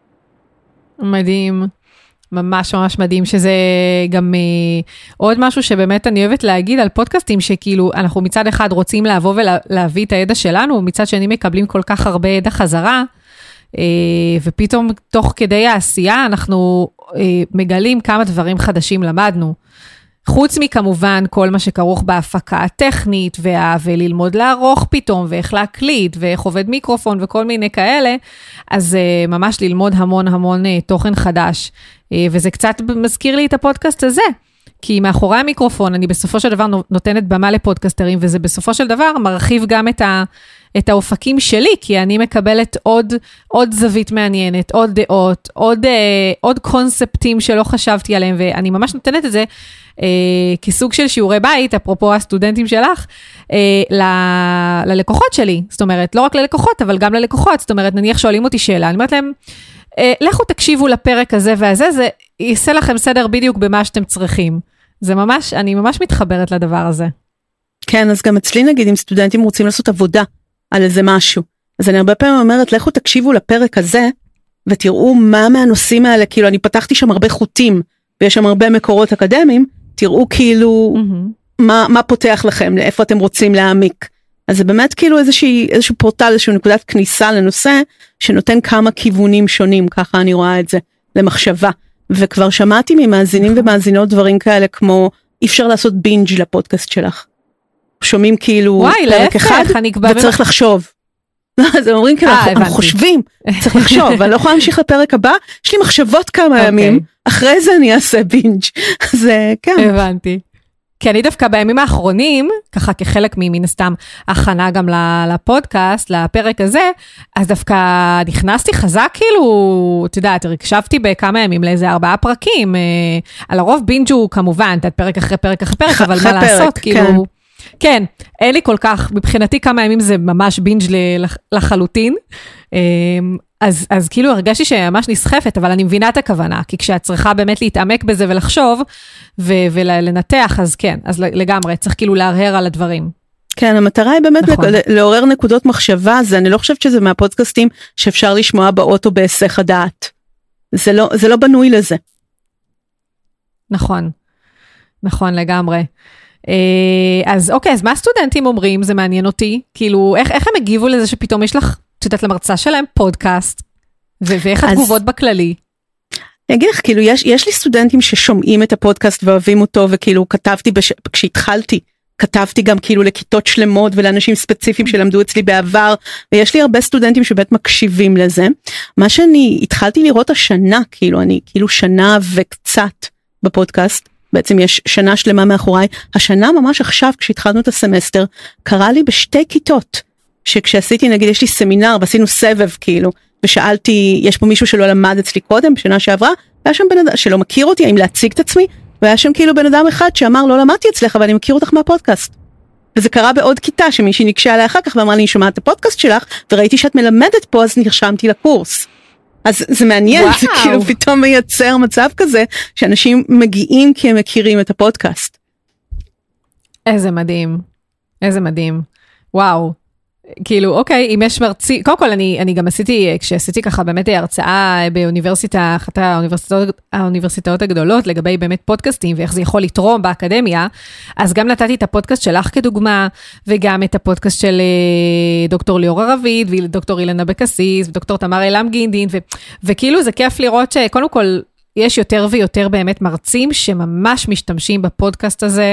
מדהים, ממש ממש מדהים, שזה גם עוד משהו שבאמת אני אוהבת להגיד על פודקאסטים, שכאילו אנחנו מצד אחד רוצים לבוא ולהביא את הידע שלנו, ומצד שני מקבלים כל כך הרבה ידע חזרה, ופתאום תוך כדי העשייה אנחנו מגלים כמה דברים חדשים למדנו. חוץ מכמובן כל מה שכרוך בהפקה הטכנית, וללמוד לערוך פתאום, ואיך להקליט, ואיך עובד מיקרופון, וכל מיני כאלה, אז ממש ללמוד המון המון תוכן חדש. וזה קצת מזכיר לי את הפודקאסט הזה, כי מאחורי המיקרופון אני בסופו של דבר נותנת במה לפודקסטרים, וזה בסופו של דבר מרחיב גם את האופקים שלי, כי אני מקבלת עוד זווית מעניינת, עוד דעות, עוד קונספטים שלא חשבתי עליהם, ואני ממש נותנת את זה כסוג של שיעורי בית, אפרופו הסטודנטים שלך, ללקוחות שלי. זאת אומרת, לא רק ללקוחות, אבל גם ללקוחות. זאת אומרת, נניח שואלים אותי שאלה, אני אומרת להם, לכו תקשיבו לפרק הזה והזה, זה יעשה לכם סדר בדיוק במה שאתם צריכים. זה ממש, אני ממש מתחברת לדבר הזה. כן, אז גם אצלי נגיד, אם סטודנטים רוצים לעשות עבודה על איזה משהו, אז אני הרבה פעמים אומרת, לכו תקשיבו לפרק הזה, ותראו מה מהנושאים האלה, כאילו אני פתחתי שם הרבה חוטים, ויש שם הרבה מקורות אקדמיים, תראו כאילו מה פותח לכם, לאיפה אתם רוצים להעמיק. אז זה באמת כאילו איזשהו פורטל, איזשהו נקודת כניסה לנושא, שנותן כמה כיוונים שונים, ככה אני רואה את זה, למחשבה. וכבר שמעתי ממאזינים ומאזינות דברים כאלה, כמו אי אפשר לעשות בינג' לפודקאסט שלך. שומעים כאילו פרק אחד, וצריך לחשוב. אז הם אומרים כאילו, אנחנו חושבים, צריך לחשוב, ואני לא יכולה להמשיך לפרק הבא, יש לי מחשבות כמה ימים, אחרי זה אני אעשה בינג'. אז כן. הבנתי. כי אני דווקא בימים האחרונים, ככה כחלק מן הסתם הכנה גם לפודקאסט, לפרק הזה, אז דווקא נכנסתי חזק כאילו, אתה יודעת, הקשבתי בכמה ימים לאיזה 4 פרקים, על הרוב בינג' הוא כמובן, פרק אחרי פרק אחרי פרק, אבל מה לעשות, כאילו, כן, אין לי כל כך, מבחינתי כמה ימים זה ממש בינג' לחלוטין, אז כאילו הרגשתי שממש נסחפת, אבל אני מבינה את הכוונה, כי כשאת צריכה באמת להתעמק בזה ולחשוב, ולנתח, אז כן, אז לגמרי, צריך כאילו להרהר על הדברים. כן, המטרה היא באמת לעורר נקודות מחשבה, אז אני לא חושבת שזה מהפודקאסטים שאפשר לשמוע באוטו בהיסח הדעת. זה לא בנוי לזה. נכון, נכון לגמרי. אז אוקיי, אז מה הסטודנטים אומרים? זה מעניין אותי. כאילו, איך הם הגיבו לזה שפתאום יש לך, תדעת למרצה שלהם פודקאסט, ואיך התגובות בכללי? אני אגיד לך, כאילו, יש לי סטודנטים ששומעים את הפודקאסט ואוהבים אותו, וכאילו כתבתי, כשהתחלתי, כתבתי גם כאילו לכיתות שלמות ולאנשים ספציפיים שלמדו אצלי בעבר, ויש לי הרבה סטודנטים שבאמת מקשיבים לזה. מה שאני התחלתי לראות השנה, כאילו, אני כאילו שנה וקצת בפודקאסט, בעצם יש שנה שלמה מאחוריי, השנה ממש עכשיו כשהתחלנו את הסמסטר, קרה לי בשתי כיתות, שכשעשיתי נגיד יש לי סמינר ועשינו סבב כאילו, ושאלתי יש פה מישהו שלא למד אצלי קודם בשנה שעברה, והיה שם בן אדם שלא מכיר אותי, האם להציג את עצמי, והיה שם כאילו בן אדם אחד שאמר לא למדתי אצלך אבל אני מכיר אותך מהפודקאסט. וזה קרה בעוד כיתה שמישהי ניגשה עליי אחר כך ואמרה לי אני שומעת את הפודקאסט שלך, וראיתי שאת מלמדת פה אז נרשמתי לקורס. אז זה מעניין, וואו. זה כאילו פתאום מייצר מצב כזה, שאנשים מגיעים כי הם מכירים את הפודקאסט. איזה מדהים, איזה מדהים. וואו, כאילו אוקיי, אם יש מרצי, קודם כל אני גם כשעשיתי ככה באמת הרצאה באוניברסיטה, אחת האוניברסיטאות הגדולות, לגבי באמת פודקאסטים, ואיך זה יכול לתרום באקדמיה, אז גם נתתי את הפודקאסט שלך כדוגמה, וגם את הפודקאסט של דוקטור ליאור רביד, ודוקטור אילנה בקסיס, ודוקטור תמר אילם גינדין, וכאילו זה כיף לראות שקודם כל, יש יותר ויותר באמת מרצים שממש משתמשים בפודקאסט הזה,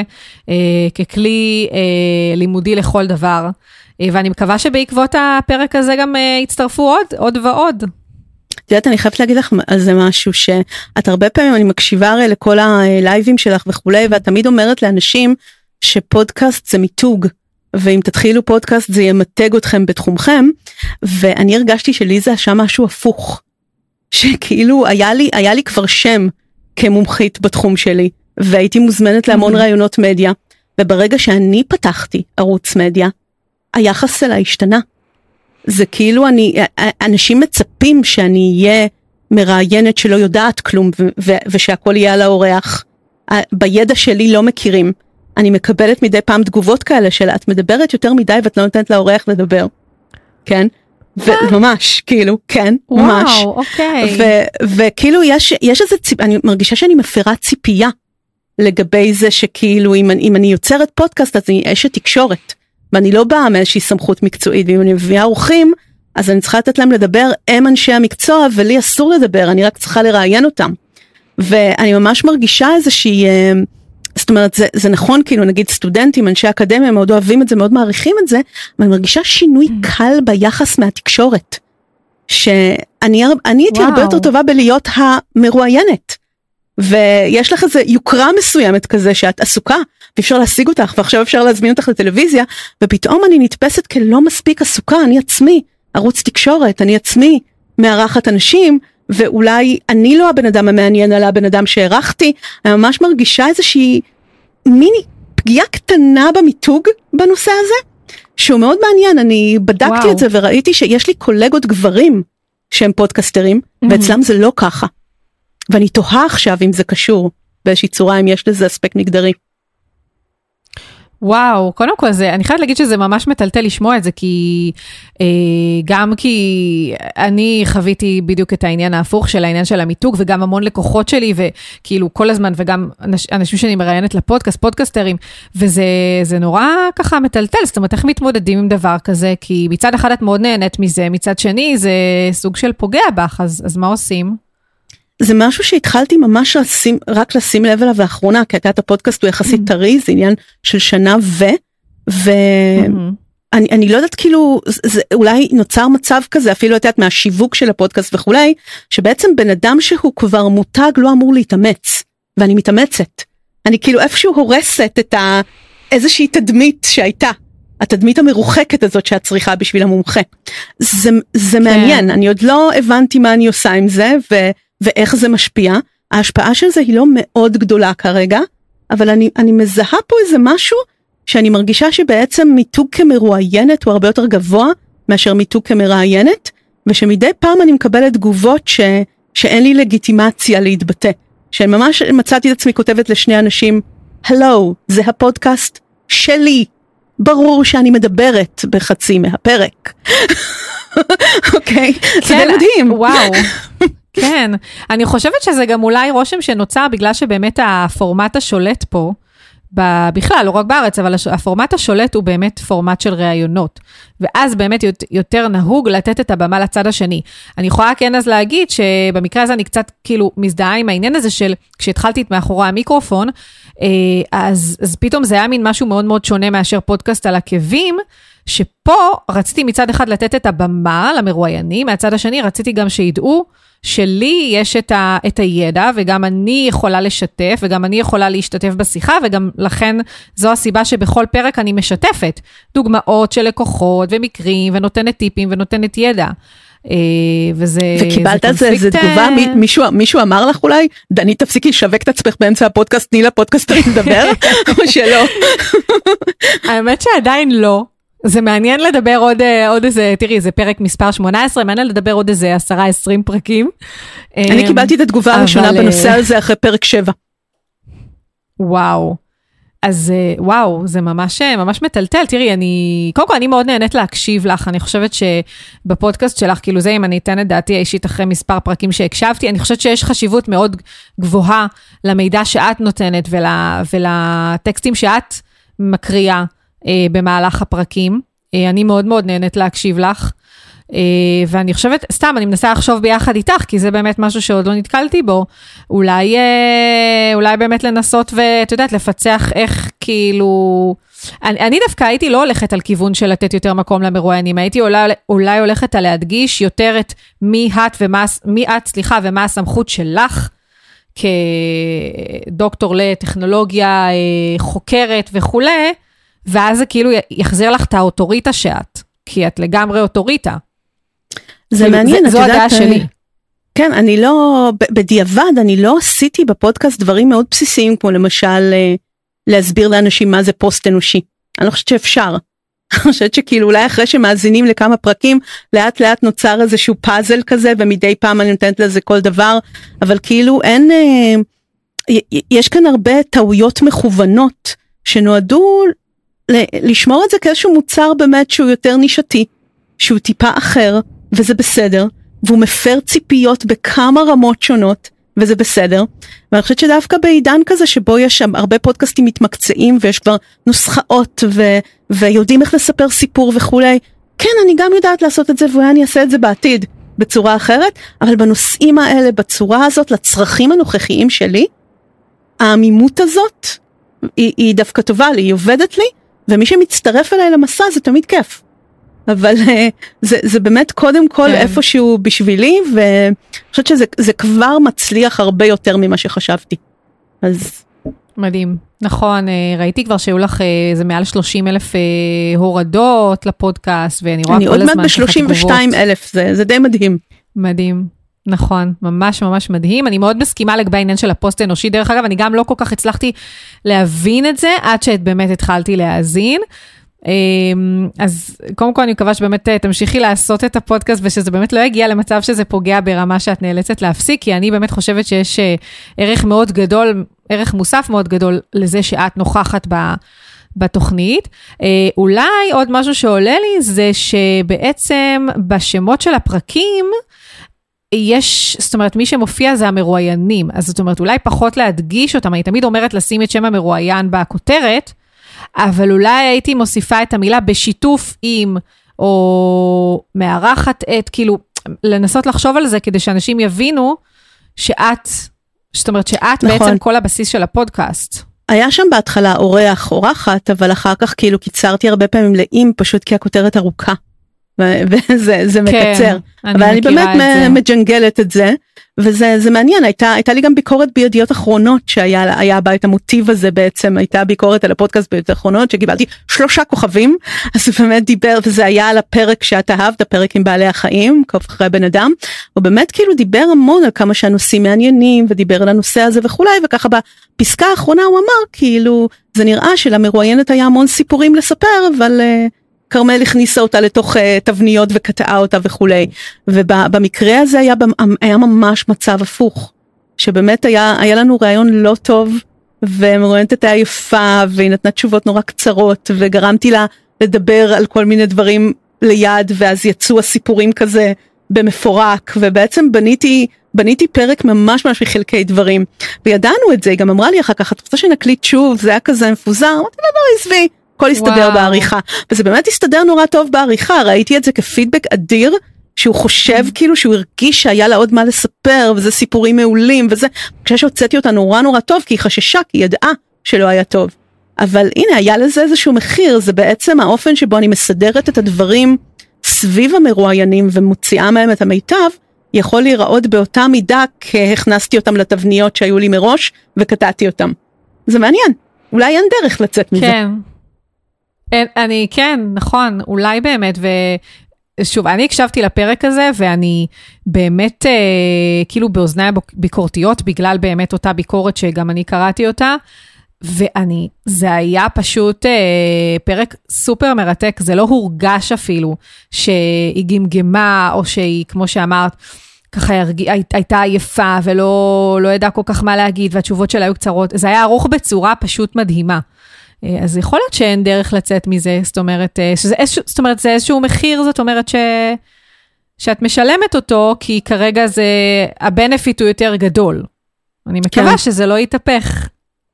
ככלי לימודי לכל דבר, ואני מקווה שבעקבות הפרק הזה גם יצטרפו עוד ועוד. את יודעת, אני חייבת להגיד לך על זה משהו, שאת הרבה פעמים, אני מקשיבה הרי לכל הלייבים שלך וכולי, ואת תמיד אומרת לאנשים שפודקאסט זה מיתוג, ואם תתחילו פודקאסט זה ימתג אתכם בתחומכם, ואני הרגשתי שלי זה היה משהו הפוך, שכאילו היה לי כבר שם כמומחית בתחום שלי, והייתי מוזמנת להמון רעיונות מדיה, וברגע שאני פתחתי ערוץ מדיה, היחס אליי השתנה. זה כאילו אנשים מצפים שאני אהיה מראיינת שלא יודעת כלום, ושהכל יהיה על האורח. בידע שלי לא מכירים. אני מקבלת מדי פעם תגובות כאלה של את מדברת יותר מדי ואת לא נותנת לאורח לדבר. כן? וממש, כאילו, כן, ממש. וואו, אוקיי. וכאילו יש איזה אני מרגישה שאני מפירה ציפייה לגבי זה שכאילו אם אני יוצרת פודקאסט אז אני אשת תקשורת. ואני לא באה מאיזושהי סמכות מקצועית, ואם אני מביאה אורחים, אז אני צריכה לתת להם לדבר, הם אנשי המקצוע, ולי אסור לדבר, אני רק צריכה לראיין אותם. ואני ממש מרגישה איזושהי, זאת אומרת, זה נכון, כאילו נגיד סטודנטים, אנשי אקדמיה, מאוד אוהבים את זה, מאוד מעריכים את זה, אבל אני מרגישה שינוי קל ביחס מהתקשורת, שאני הייתי הרבה יותר טובה בלהיות המרואיינת, ויש לך איזה יוקרה מסוימת כזה שאת עסוקה, ואפשר להשיג אותך, ועכשיו אפשר להזמין אותך לטלוויזיה, ופתאום אני נתפסת כלא מספיק עסוקה, אני עצמי, ערוץ תקשורת, אני עצמי מארחת אנשים, ואולי אני לא הבן אדם המעניין, אלא הבן אדם שהערכתי, אני ממש מרגישה איזושהי מיני פגיעה קטנה במיתוג בנושא הזה, שהוא מאוד מעניין, אני בדקתי את זה וראיתי שיש לי קולגות גברים שהם פודקסטרים, ואצלם זה לא ככה. ואני תוהה עכשיו אם זה קשור באיזושהי צורה, אם יש לזה אספקט מגדרי. וואו, קודם כל זה, אני חייבת להגיד שזה ממש מטלטל לשמוע את זה, כי גם כי אני חוויתי בדיוק את העניין ההפוך של העניין של המיתוג, וגם המון לקוחות שלי, וכאילו כל הזמן, וגם אנשים שאני מראיינת לפודקאסט, פודקסטרים, וזה נורא ככה מטלטל, זאת אומרת, איך מתמודדים עם דבר כזה, כי מצד אחד את מאוד נהנית מזה, מצד שני זה סוג של פוגע בך, אז מה עושים? זה משהו שהתחלתי ממש רק לשים לב אליו לאחרונה, כי את הפודקאסט הוא יחסית טרי, זה עניין של שנה אני לא יודעת כאילו, אולי נוצר מצב כזה, אפילו יודעת מהשיווק של הפודקאסט וכולי, שבעצם בן אדם שהוא כבר מותג לא אמור להתאמץ, ואני מתאמצת. אני כאילו איפשהו הורסת את איזושהי תדמית שהייתה, התדמית המרוחקת הזאת שאת צריכה בשביל המומחה. זה מעניין, אני עוד לא הבנתי מה אני עושה עם זה, ואיך זה משפיע. ההשפעה של זה היא לא מאוד גדולה כרגע, אבל אני מזהה פה איזה משהו, שאני מרגישה שבעצם מיתוג כמרואיינת הוא הרבה יותר גבוה, מאשר מיתוג כמראיינת, ושמדי פעם אני מקבלת תגובות שאין לי לגיטימציה להתבטא. שממש מצאתי את עצמי כותבת לשני אנשים, הלו, זה הפודקאסט שלי. ברור שאני מדברת בחצי מהפרק. אוקיי, זה מדהים. וואו. כן, אני חושבת שזה גם אולי רושם שנוצר בגלל שבאמת הפורמט השולט פה, בכלל, לא רק בארץ, אבל הפורמט השולט הוא באמת פורמט של ראיונות, ואז באמת יותר נהוג לתת את הבמה לצד השני. אני יכולה כן אז להגיד שבמקרה הזה אני קצת כאילו מזדהה עם העניין הזה של, כשהתחלתי מאחורי המיקרופון, אז פתאום זה היה מין משהו מאוד מאוד שונה מאשר פודקאסט על עקבים, שפה רציתי מצד אחד לתת את הבמה למרואיינים, מהצד השני רציתי גם שידעו, שלי יש את הידע, וגם אני יכולה לשתף, וגם אני יכולה להשתתף בשיחה, וגם לכן זו הסיבה שבכל פרק אני משתפת דוגמאות של לקוחות ומקרים, ונותנת טיפים ונותנת ידע. וקיבלת על זה איזה תגובה, מישהו אמר לך אולי, דני תפסיקי לשווק את עצמך באמצע הפודקאסט, תני לפודקאסט לדבר, או שלא? האמת שעדיין לא. זה מעניין לדבר עוד איזה, תראי, זה פרק מספר 18, מעניין לדבר עוד איזה 10-20 פרקים. אני קיבלתי את התגובה הראשונה בנושא הזה אחרי פרק 7. וואו. אז וואו, זה ממש מטלטל. תראי, קודם כל אני מאוד נהנית להקשיב לך, אני חושבת שבפודקאסט שלך, כאילו זה אם אני אתן את דעתי האישית אחרי מספר פרקים שהקשבתי, אני חושבת שיש חשיבות מאוד גבוהה למידע שאת נותנת ולטקסטים שאת מקריאה, במהלך הפרקים. אני מאוד מאוד נהנית להקשיב לך, ואני חושבת, סתם, אני מנסה לחשוב ביחד איתך, כי זה באמת משהו שעוד לא נתקלתי בו, אולי באמת לנסות ואת יודעת, לפצח איך כאילו, אני דווקא הייתי לא הולכת על כיוון של לתת יותר מקום למרואיינים, הייתי אולי הולכת על להדגיש יותר את מי את, ומה הסמכות שלך, כדוקטור לטכנולוגיה, חוקרת וכולי, ואז זה כאילו יחזיר לך את האוטוריטה שאת, כי את לגמרי אוטוריטה. זה מעניין, זו הדעה שלי. כן, אני לא, בדיעבד, אני לא עשיתי בפודקאסט דברים מאוד בסיסיים, כמו למשל להסביר לאנשים מה זה פוסט אנושי. אני לא חושבת שאפשר. אני חושבת שכאילו אולי אחרי שמאזינים לכמה פרקים, לאט לאט נוצר איזשהו פאזל כזה, ומדי פעם אני נותנת לזה כל דבר, אבל כאילו אין, יש כאן הרבה טעויות מכוונות, שנועדו לשמור את זה כאיזשהו מוצר באמת שהוא יותר נישתי, שהוא טיפה אחר, וזה בסדר, והוא מפר ציפיות בכמה רמות שונות, וזה בסדר, ואני חושבת שדווקא בעידן כזה, שבו יש שם הרבה פודקאסטים מתמקצעים, ויש כבר נוסחאות, ויודעים איך לספר סיפור וכולי, כן, אני גם יודעת לעשות את זה, ואולי אני אעשה את זה בעתיד, בצורה אחרת, אבל בנושאים האלה, בצורה הזאת, לצרכים הנוכחיים שלי, העמימות הזאת, היא דווקא טובה לי, היא עובדת לי, ומי שמצטרף אליי למסע זה תמיד כיף. אבל זה באמת קודם כל איפשהו בשבילי, ואני חושבת שזה כבר מצליח הרבה יותר ממה שחשבתי. אז מדהים. נכון, ראיתי כבר שהיו לך איזה מעל 30,000 הורדות לפודקאסט, ואני רואה כל הזמן אני עוד מעט ב-32,000, זה די מדהים. מדהים. נכון, ממש ממש מדהים. אני מאוד מסכימה לגבי העניין של הפוסט האנושי. דרך אגב, אני גם לא כל כך הצלחתי להבין את זה, עד שאת באמת התחלתי להאזין. אז קודם כל אני מקווה שבאמת תמשיכי לעשות את הפודקאסט, ושזה באמת לא יגיע למצב שזה פוגע ברמה שאת נאלצת להפסיק, כי אני באמת חושבת שיש ערך מאוד גדול, ערך מוסף מאוד גדול לזה שאת נוכחת בתוכנית. אולי עוד משהו שעולה לי, זה שבעצם בשמות של הפרקים, יש, זאת אומרת, מי שמופיע זה המרואיינים, אז זאת אומרת, אולי פחות להדגיש אותם, אני תמיד אומרת לשים את שם המרואיין בכותרת, אבל אולי הייתי מוסיפה את המילה בשיתוף עם, או מערכת את, כאילו, לנסות לחשוב על זה, כדי שאנשים יבינו שאת, זאת אומרת, שאת נכון. בעצם כל הבסיס של הפודקאסט. היה שם בהתחלה אורח, אורחת, אבל אחר כך כאילו קיצרתי הרבה פעמים לאם, פשוט כי הכותרת ארוכה. וזה מקצר. אבל אני באמת מג'נגלת את זה, וזה מעניין. הייתה לי גם ביקורת בידיעות אחרונות, שהיה בה את המוטיב הזה בעצם, הייתה ביקורת על הפודקאסט בידיעות אחרונות, שקיבלתי 3 כוכבים, אז הוא באמת דיבר, וזה היה על הפרק שאת אהבת, הפרק עם בעלי החיים, קוף אחרי בן אדם, הוא באמת כאילו דיבר המון על כמה שהנושאים מעניינים, ודיבר על הנושא הזה וכולי, וככה בפסקה האחרונה הוא אמר, כאילו, זה נראה שלמרואיינת היה המון סיפורים לספר, אבל כרמל הכניסה אותה לתוך תבניות וקטעה אותה וכולי, ובמקרה הזה היה ממש מצב הפוך, שבאמת היה לנו רעיון לא טוב, ומרואיינת הייתה יפה, והיא נתנה תשובות נורא קצרות, וגרמתי לה לדבר על כל מיני דברים ליד, ואז יצאו הסיפורים כזה במפורק, ובעצם בניתי פרק ממש מחלקי דברים, וידענו את זה, היא גם אמרה לי אחר כך, את רוצה שנקליט שוב, זה היה כזה מפוזר, אמרתי לה, לא, עזבי, הכל הסתדר בעריכה, וזה באמת הסתדר נורא טוב בעריכה, ראיתי את זה כפידבק אדיר, שהוא חושב כאילו שהוא הרגיש שהיה לה עוד מה לספר, וזה סיפורים מעולים, וזה, כשהוצאתי אותה נורא טוב, כי היא חששה, כי היא ידעה שלא היה טוב, אבל הנה, היה לזה איזשהו מחיר, זה בעצם האופן שבו אני מסדרת את הדברים, סביב המרואיינים, ומוציאה מהם את המיטב, יכול להיראות באותה מידה, כהכנסתי אותם לתבניות שהיו לי מראש, וקטעתי אותם. זה מעניין, אולי אין דרך לצאת מזה. כן, נכון, אולי באמת, ושוב, אני הקשבתי לפרק הזה, ואני באמת, כאילו באוזני ביקורתיות, בגלל באמת אותה ביקורת שגם אני קראתי אותה, זה היה פשוט פרק סופר מרתק, זה לא הורגש אפילו, שהיא גמגמה, או שהיא, כמו שאמרת, ככה הייתה עייפה, ולא ידעה כל כך מה להגיד, והתשובות שלה היו קצרות, זה היה ארוך בצורה פשוט מדהימה. אז יכול להיות שאין דרך לצאת מזה, זאת אומרת, זה איזשהו מחיר, זאת אומרת שאת משלמת אותו, כי כרגע הבנפיט הוא יותר גדול. אני מקווה שזה לא יתהפך.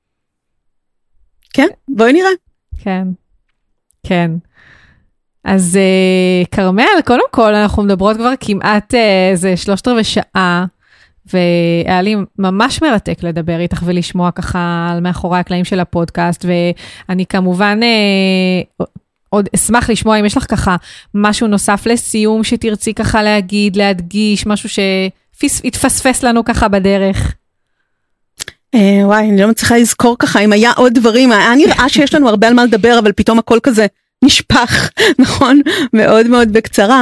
כן, בואי נראה. כן. אז כרמל, קודם כל, אנחנו מדברות כבר כמעט איזה 3/4 שעה, והיה לי ממש מרתק לדבר איתך ולשמוע ככה על מאחורי הקלעים של הפודקאסט, ואני כמובן עוד אשמח לשמוע אם יש לך ככה משהו נוסף לסיום שתרצי ככה להדגיש, משהו שהתפספס לנו ככה בדרך. וואי, אני לא מצליחה לזכור ככה, אם היה עוד דברים, היה נראה שיש לנו הרבה על מה לדבר, אבל פתאום הכל כזה נשפך, נכון? מאוד בקצרה.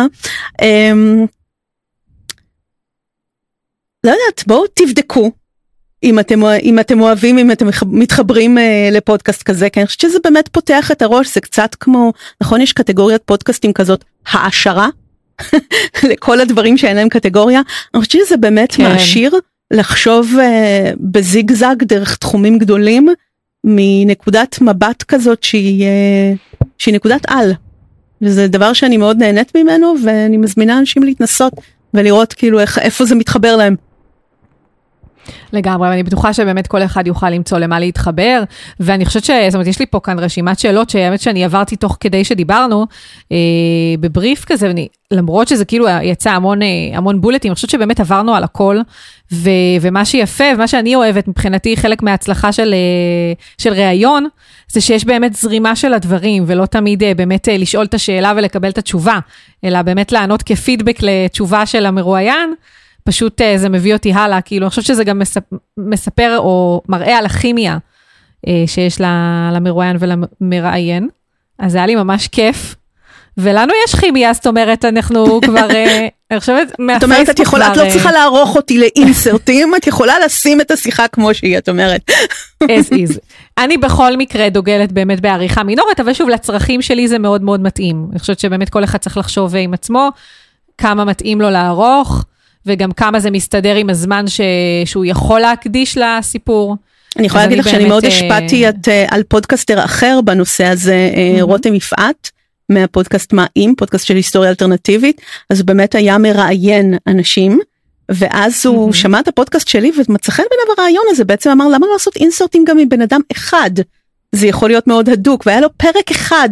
לא יודעת, בואו תבדקו, אם אתם אוהבים, אם אתם מתחברים לפודקאסט כזה, כי אני חושבת שזה באמת פותח את הראש, זה קצת כמו, נכון, יש קטגוריית פודקאסטים כזאת, העשרה, לכל הדברים שאין להם קטגוריה, אני חושבת שזה באמת מעשיר, לחשוב בזיגזג דרך תחומים גדולים, מנקודת מבט כזאת שהיא נקודת על, וזה דבר שאני מאוד נהנית ממנו, ואני מזמינה אנשים להתנסות, ולראות כאילו איפה זה מתחבר להם. לגמרי, ואני בטוחה שבאמת כל אחד יוכל למצוא למה להתחבר, ואני חושבת זאת אומרת, יש לי פה כאן רשימת שאלות, שהאמת שאני עברתי תוך כדי שדיברנו, בבריף כזה, למרות שזה כאילו יצא המון בולטים, אני חושבת שבאמת עברנו על הכל, ומה שיפה, ומה שאני אוהבת מבחינתי, חלק מההצלחה של ראיון, זה שיש באמת זרימה של הדברים, ולא תמיד באמת לשאול את השאלה ולקבל את התשובה, אלא באמת לענות כפידבק לתשובה של המרואיין, פשוט זה מביא אותי הלאה, כאילו אני חושבת שזה גם מספר או מראה על הכימיה שיש למרואיין ולמראיין, אז זה היה לי ממש כיף, ולנו יש כימיה, זאת אומרת, אנחנו כבר, אני חושבת, את אומרת, את לא צריכה לערוך אותי לאינסרטים, את יכולה לשים את השיחה כמו שהיא, את אומרת. as is. אני בכל מקרה דוגלת באמת בעריכה מינורית, אבל שוב, לצרכים שלי זה מאוד מאוד מתאים. אני חושבת שבאמת כל אחד צריך לחשוב עם עצמו, כמה מתאים לו לערוך, וגם כמה זה מסתדר עם הזמן שהוא יכול להקדיש לסיפור. אני יכולה להגיד לך שאני מאוד השפעתי על פודקאסטר אחר בנושא הזה, רותם יפעת, מהפודקאסט מה-אם, פודקאסט של היסטוריה אלטרנטיבית, אז הוא באמת היה מראיין אנשים, ואז הוא שמע את הפודקאסט שלי, ומצא חן בעיניו הרעיון הזה, בעצם אמר, למה לא לעשות אינסרטים גם עם בן אדם אחד? זה יכול להיות מאוד הדוק, והיה לו פרק אחד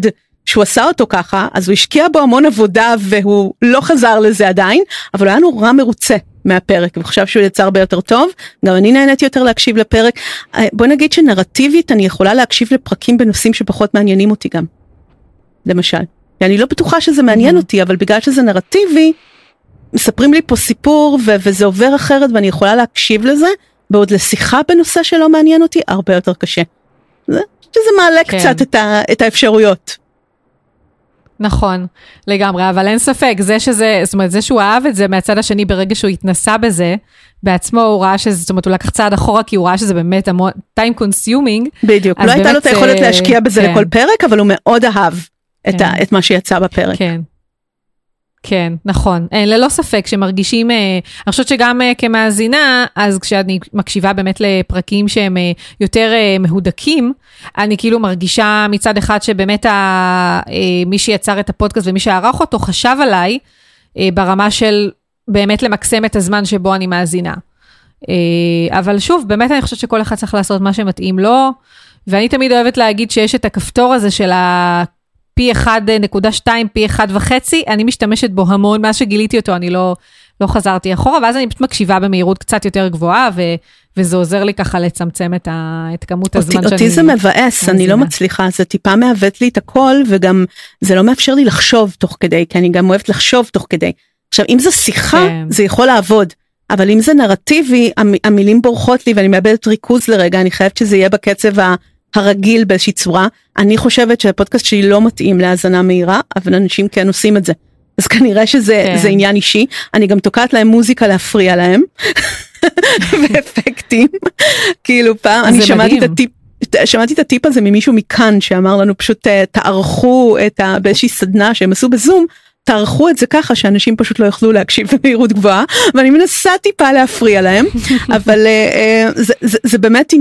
שהוא עשה אותו ככה, אז הוא השקיע בו המון עבודה, והוא לא חזר לזה עדיין, אבל הוא היה נורא מרוצה מהפרק, וחשב שהוא יצא הרבה יותר טוב, גם אני נהניתי יותר להקשיב לפרק, בוא נגיד שנרטיבית אני יכולה להקשיב לפרקים בנושאים שפחות מעניינים אותי גם, למשל, אני לא בטוחה שזה מעניין אותי, אבל בגלל שזה נרטיבי, מספרים לי פה סיפור, וזה עובר אחרת, ואני יכולה להקשיב לזה, בעוד לשיחה בנושא שלא מעניין אותי, הרבה יותר קשה. שזה מעלה קצת את האפשרויות. נכון, לגמרי, אבל אין ספק, זאת אומרת, זה שהוא אהב את זה מהצד השני, ברגע שהוא התנסה בזה, בעצמו הוא ראה שזה, זאת אומרת, הוא לקח צעד אחורה, כי הוא ראה שזה באמת time consuming. בדיוק, לא הייתה לו את היכולת להשקיע בזה לכל פרק, אבל הוא מאוד אהב את מה שיצא בפרק. כן. כן, נכון. ללא ספק שמרגישים, אני חושבת שגם כמאזינה, אז כשאני מקשיבה באמת לפרקים שהם יותר מהודקים, אני כאילו מרגישה מצד אחד שבאמת מי שיצר את הפודקאסט ומי שערך אותו חשב עליי, ברמה של באמת למקסם את הזמן שבו אני מאזינה. אבל שוב, באמת אני חושבת שכל אחד צריך לעשות מה שמתאים לו, ואני תמיד אוהבת להגיד שיש את הכפתור הזה של פי 1.2, פי 1.5, אני משתמשת בו המון, מאז שגיליתי אותו, אני לא חזרתי אחורה, ואז אני פשוט מקשיבה במהירות קצת יותר גבוהה, וזה עוזר לי ככה לצמצם את כמות הזמן שאני... אותי זה מבאס, אני לא מצליחה, זה טיפה מעוות לי את הכל, וגם זה לא מאפשר לי לחשוב תוך כדי, כי אני גם אוהבת לחשוב תוך כדי. עכשיו, אם זה שיחה, זה יכול לעבוד, אבל אם זה נרטיבי, המילים בורחות לי, ואני מאבדת ריכוז לרגע, אני חייבת שזה יהיה בקצב הרגיל באיזושהי צורה. אני חושבת שהפודקאסט שלי לא מתאים להאזנה מהירה, אבל אנשים כן עושים את זה. אז כנראה שזה עניין אישי. אני גם תוקעת להם מוזיקה להפריע להם. ואפקטים. כאילו פעם, אני שמעתי את הטיפ הזה ממישהו מכאן, שאמר לנו פשוט תערכו באיזושהי סדנה שהם עשו בזום, תערכו את זה ככה שאנשים פשוט לא יוכלו להקשיב במהירות גבוהה, ואני מנסה טיפה להפריע להם, אבל זה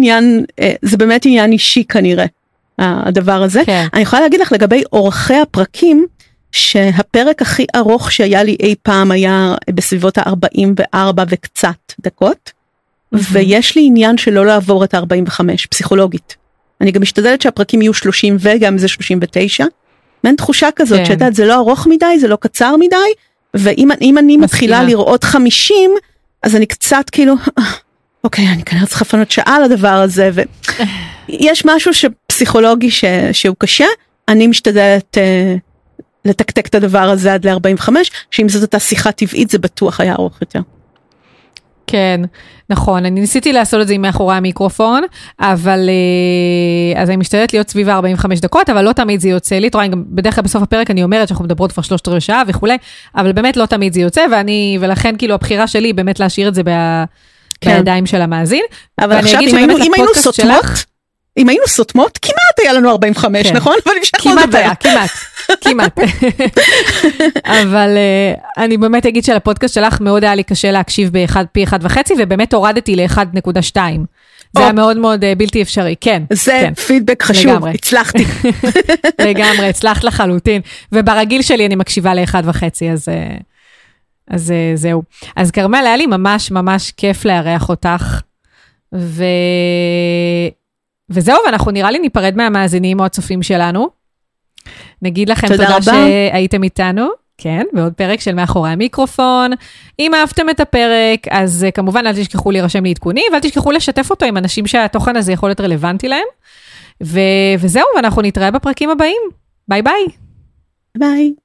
באמת עניין אישי כנראה, הדבר הזה. אני יכולה להגיד לך לגבי אורכי הפרקים, שהפרק הכי ארוך שהיה לי אי פעם היה בסביבות ה-44 וקצת דקות, ויש לי עניין שלא לעבור את ה-45, פסיכולוגית. אני גם משתדלת שהפרקים יהיו 30 וגם זה 39, מעין תחושה כזאת, שדעת, זה לא ארוך מדי, זה לא קצר מדי, ואם אני מתחילה לראות 50, אז אני קצת כאילו, אוקיי, אני כנראה צריכה לפנות שעה לדבר הזה, ויש משהו פסיכולוגי שהוא קשה, אני משתדלת לתקתק את הדבר הזה עד ל-45, שאם זאת אותה שיחה טבעית, זה בטוח היה ארוך יותר. כן, נכון, אני ניסיתי לעשות את זה עם מאחורי המיקרופון, אבל אז אני משתדלת להיות סביב 45 דקות, אבל לא תמיד זה יוצא לי, תראה, גם בדרך כלל בסוף הפרק אני אומרת שאנחנו מדברות כבר 3/4 שעה וכו', אבל באמת לא תמיד זה יוצא, ולכן כאילו הבחירה שלי היא באמת להשאיר את זה בידיים של המאזין. אבל עכשיו אם היינו סותמות, כמעט היה לנו 45, נכון? כמעט. אבל אני באמת אגיד שלפודקאסט שלך מאוד היה לי קשה להקשיב פי 1.5, ובאמת הורדתי ל-1.2. זה היה מאוד מאוד בלתי אפשרי, כן. זה פידבק חשוב, הצלחתי. לגמרי, הצלחת לחלוטין. וברגיל שלי אני מקשיבה ל-1.5, אז זהו. אז כרמל, היה לי ממש ממש כיף לארח אותך, וזהו, ואנחנו נראה לי ניפרד מהמאזינים או הצופים שלנו. נגיד לכם תודה שהייתם איתנו, כן, ועוד פרק של מאחורי המיקרופון. אם אהבתם את הפרק, אז כמובן אל תשכחו להירשם לעדכונים, ואל תשכחו לשתף אותו עם אנשים שהתוכן הזה יכול להיות רלוונטי להם. וזהו, ואנחנו נתראה בפרקים הבאים. ביי ביי. ביי.